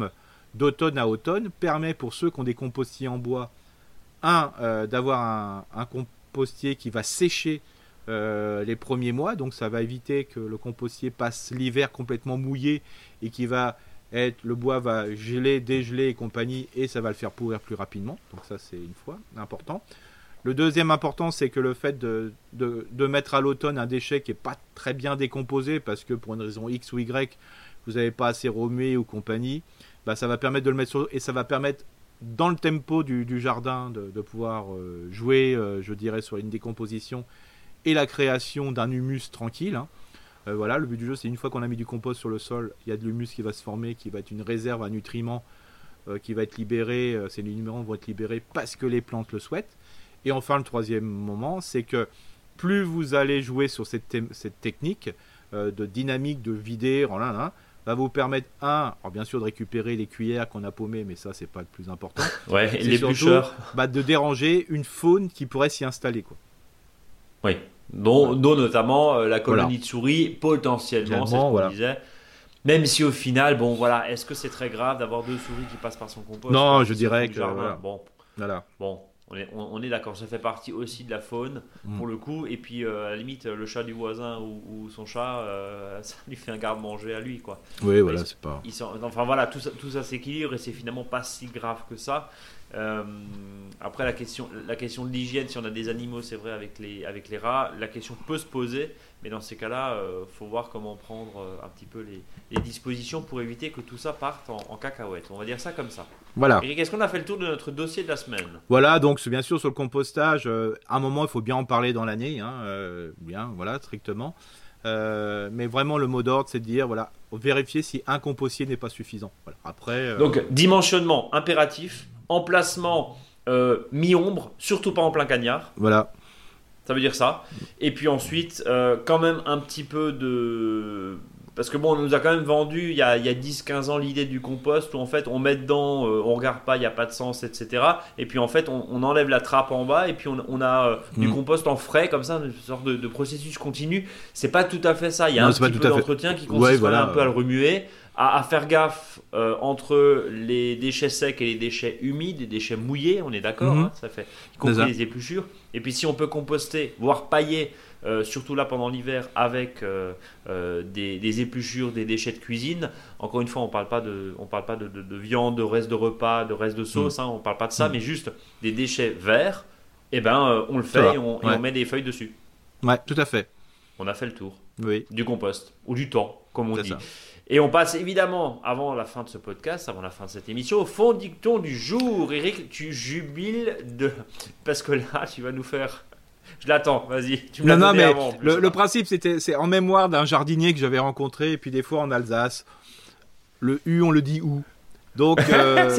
d'automne à automne permet pour ceux qui ont des compostiers en bois, d'avoir un compostier qui va sécher les premiers mois, donc ça va éviter que le compostier passe l'hiver complètement mouillé et le bois va geler, dégeler et compagnie, et ça va le faire pourrir plus rapidement. Donc ça, c'est une fois important. Le deuxième important, c'est que le fait de mettre à l'automne un déchet qui n'est pas très bien décomposé, parce que pour une raison X ou Y, vous n'avez pas assez remué ou compagnie, ça va permettre de le mettre sur, et ça va permettre, dans le tempo du jardin, de pouvoir jouer, je dirais, sur une décomposition et la création d'un humus tranquille, hein. Voilà, le but du jeu, c'est une fois qu'on a mis du compost sur le sol, il y a de l'humus qui va se former, qui va être une réserve à nutriments qui va être libérée. Ces nutriments vont être libérés parce que les plantes le souhaitent. Et enfin, le troisième moment, c'est que plus vous allez jouer sur cette technique de dynamique, de vider, va vous permettre, alors bien sûr, de récupérer les cuillères qu'on a paumées, mais ça, c'est pas le plus important. Ouais, c'est les bûcheurs. De déranger une faune qui pourrait s'y installer, quoi. Oui. Dont notamment la colonie de souris, potentiellement, c'est ce qu'on disait. Même si au final, est-ce que c'est très grave d'avoir 2 souris qui passent par son compost? Non, je dirais que... On est d'accord, ça fait partie aussi de la faune, pour le coup. Et puis, à la limite, le chat du voisin ou son chat, ça lui fait un garde-manger à lui, quoi. Oui, voilà, c'est pas... tout ça s'équilibre et c'est finalement pas si grave que ça. Après la question de l'hygiène, si on a des animaux, c'est vrai, avec les rats, la question peut se poser, mais dans ces cas-là, faut voir comment prendre un petit peu les dispositions pour éviter que tout ça parte en cacahuète. On va dire ça comme ça. Voilà. Eric, est-ce qu'on a fait le tour de notre dossier de la semaine? Voilà, donc bien sûr sur le compostage, à un moment il faut bien en parler dans l'année, strictement. Mais vraiment le mot d'ordre, c'est de dire vérifier si un compostier n'est pas suffisant. Voilà. Après. Donc dimensionnement impératif. Emplacement mi-ombre, surtout pas en plein cagnard. Voilà. Ça veut dire ça. Et puis ensuite, quand même un petit peu de... Parce que on nous a quand même vendu il y a 10-15 ans l'idée du compost où en fait on met dedans, on regarde pas, il n'y a pas de sens, etc. Et puis en fait on enlève la trappe en bas et puis on a du compost en frais comme ça, une sorte de processus continu. C'est pas tout à fait ça. Il y a un petit peu d'entretien qui consiste un peu à le remuer. À faire gaffe entre les déchets secs et les déchets humides, les déchets mouillés, on est d'accord, ça fait, y compris les épluchures. Et puis si on peut composter, voire pailler, surtout là pendant l'hiver, avec des épluchures, des déchets de cuisine. Encore une fois, on parle pas de viande, de reste de repas, de reste de sauce, on parle pas de ça, mais juste des déchets verts. On le fait et on met des feuilles dessus. Ouais, tout à fait. On a fait le tour du compost ou du temps, comme on dit. Ça. Et on passe évidemment, avant la fin de ce podcast, avant la fin de cette émission, au fond dicton du jour. Eric, tu jubiles parce que là, tu vas nous faire... Je l'attends, vas-y. Tu me l'as donné avant. Le principe, c'est en mémoire d'un jardinier que j'avais rencontré, et puis des fois en Alsace. Le U, on le dit où. Donc, moi,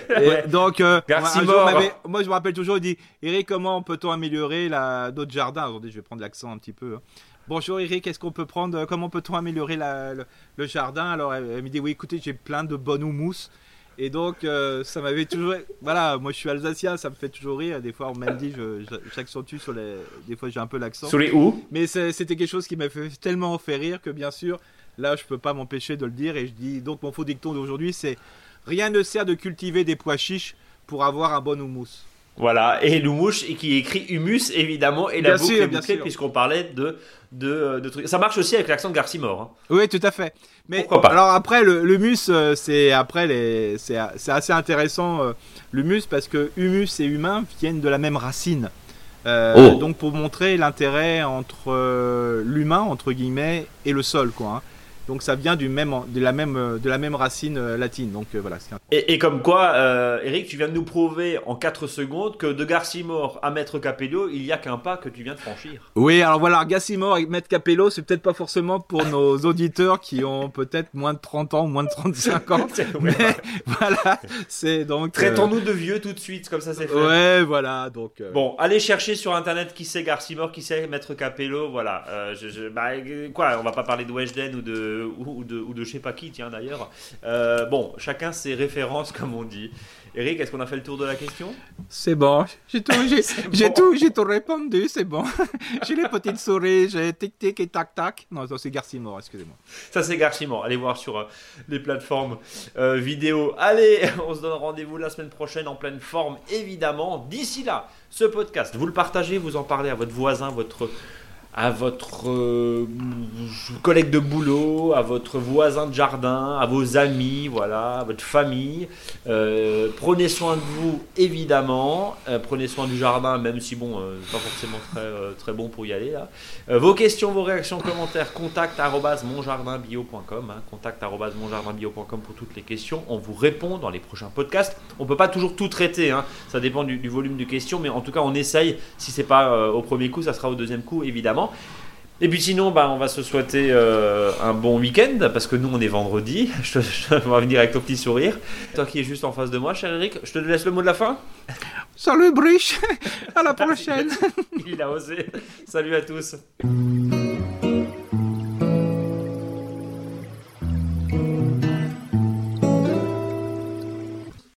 je me rappelle toujours, il dit Eric, comment peut-on améliorer notre jardin? Attendez, je vais prendre l'accent un petit peu. Bonjour Eric, comment peut-on améliorer le jardin? Alors elle me dit oui, écoutez, j'ai plein de bonnes houmous. Et donc ça m'avait toujours, moi je suis alsacien, ça me fait toujours rire. Des fois on m'a dit, j'accentue des fois j'ai un peu l'accent. Sur les ou. Mais c'était quelque chose qui m'a tellement fait rire que bien sûr, là je peux pas m'empêcher de le dire. Et je dis donc mon faux dicton d'aujourd'hui, c'est rien ne sert de cultiver des pois chiches pour avoir un bon houmous. Voilà, et l'houmous qui écrit humus évidemment, et la boucle est bouclée puisqu'on parlait de trucs. Ça marche aussi avec l'accent de Garcimore. Oui, tout à fait. Mais pourquoi pas? Alors après, l'humus, c'est assez intéressant l'humus parce que humus et humain viennent de la même racine. Donc pour montrer l'intérêt entre l'humain entre guillemets et le sol, quoi. Donc ça vient de la même racine latine. Donc voilà. Et comme quoi, Eric, tu viens de nous prouver en 4 secondes que de Garcimore à Maître Capello, il n'y a qu'un pas que tu viens de franchir. Oui, alors voilà, Garcimore et Maître Capello, c'est peut-être pas forcément pour nos auditeurs qui ont peut-être moins de 30 ans ou moins de 35 ans. Mais voilà, c'est donc... Traitons-nous de vieux tout de suite, comme ça c'est fait. Ouais, voilà, donc... Bon, allez chercher sur internet qui c'est Garcimore, qui c'est Maître Capello, voilà. On va pas parler de Weshden ou de ou de je sais pas qui, tiens d'ailleurs. Bon, chacun ses références, comme on dit. Eric, est-ce qu'on a fait le tour de la question ? C'est bon, j'ai tout répondu, c'est bon. J'ai les petites souris, j'ai tic-tic et tac-tac. Non, ça c'est Garcimore, excusez-moi. Ça c'est Garcimore, allez voir sur les plateformes vidéo. Allez, on se donne rendez-vous la semaine prochaine en pleine forme, évidemment. D'ici là, ce podcast, vous le partagez, vous en parlez à votre voisin, à votre collègue de boulot, à votre voisin de jardin, à vos amis, voilà, à votre famille. Prenez soin de vous, évidemment. Prenez soin du jardin, même si bon, pas forcément très bon pour y aller là. Vos questions, vos réactions, commentaires, contact@monjardinbio.com, contact@monjardinbio.com pour toutes les questions. On vous répond dans les prochains podcasts. On peut pas toujours tout traiter, hein. Ça dépend du volume de questions, mais en tout cas on essaye. Si c'est pas au premier coup, ça sera au deuxième coup, évidemment. Et puis sinon, on va se souhaiter un bon week-end, parce que nous, on est vendredi. Je vais venir avec ton petit sourire. Toi qui es juste en face de moi, cher Eric, je te laisse le mot de la fin. Salut Briche, à la prochaine. Il a osé. Salut à tous.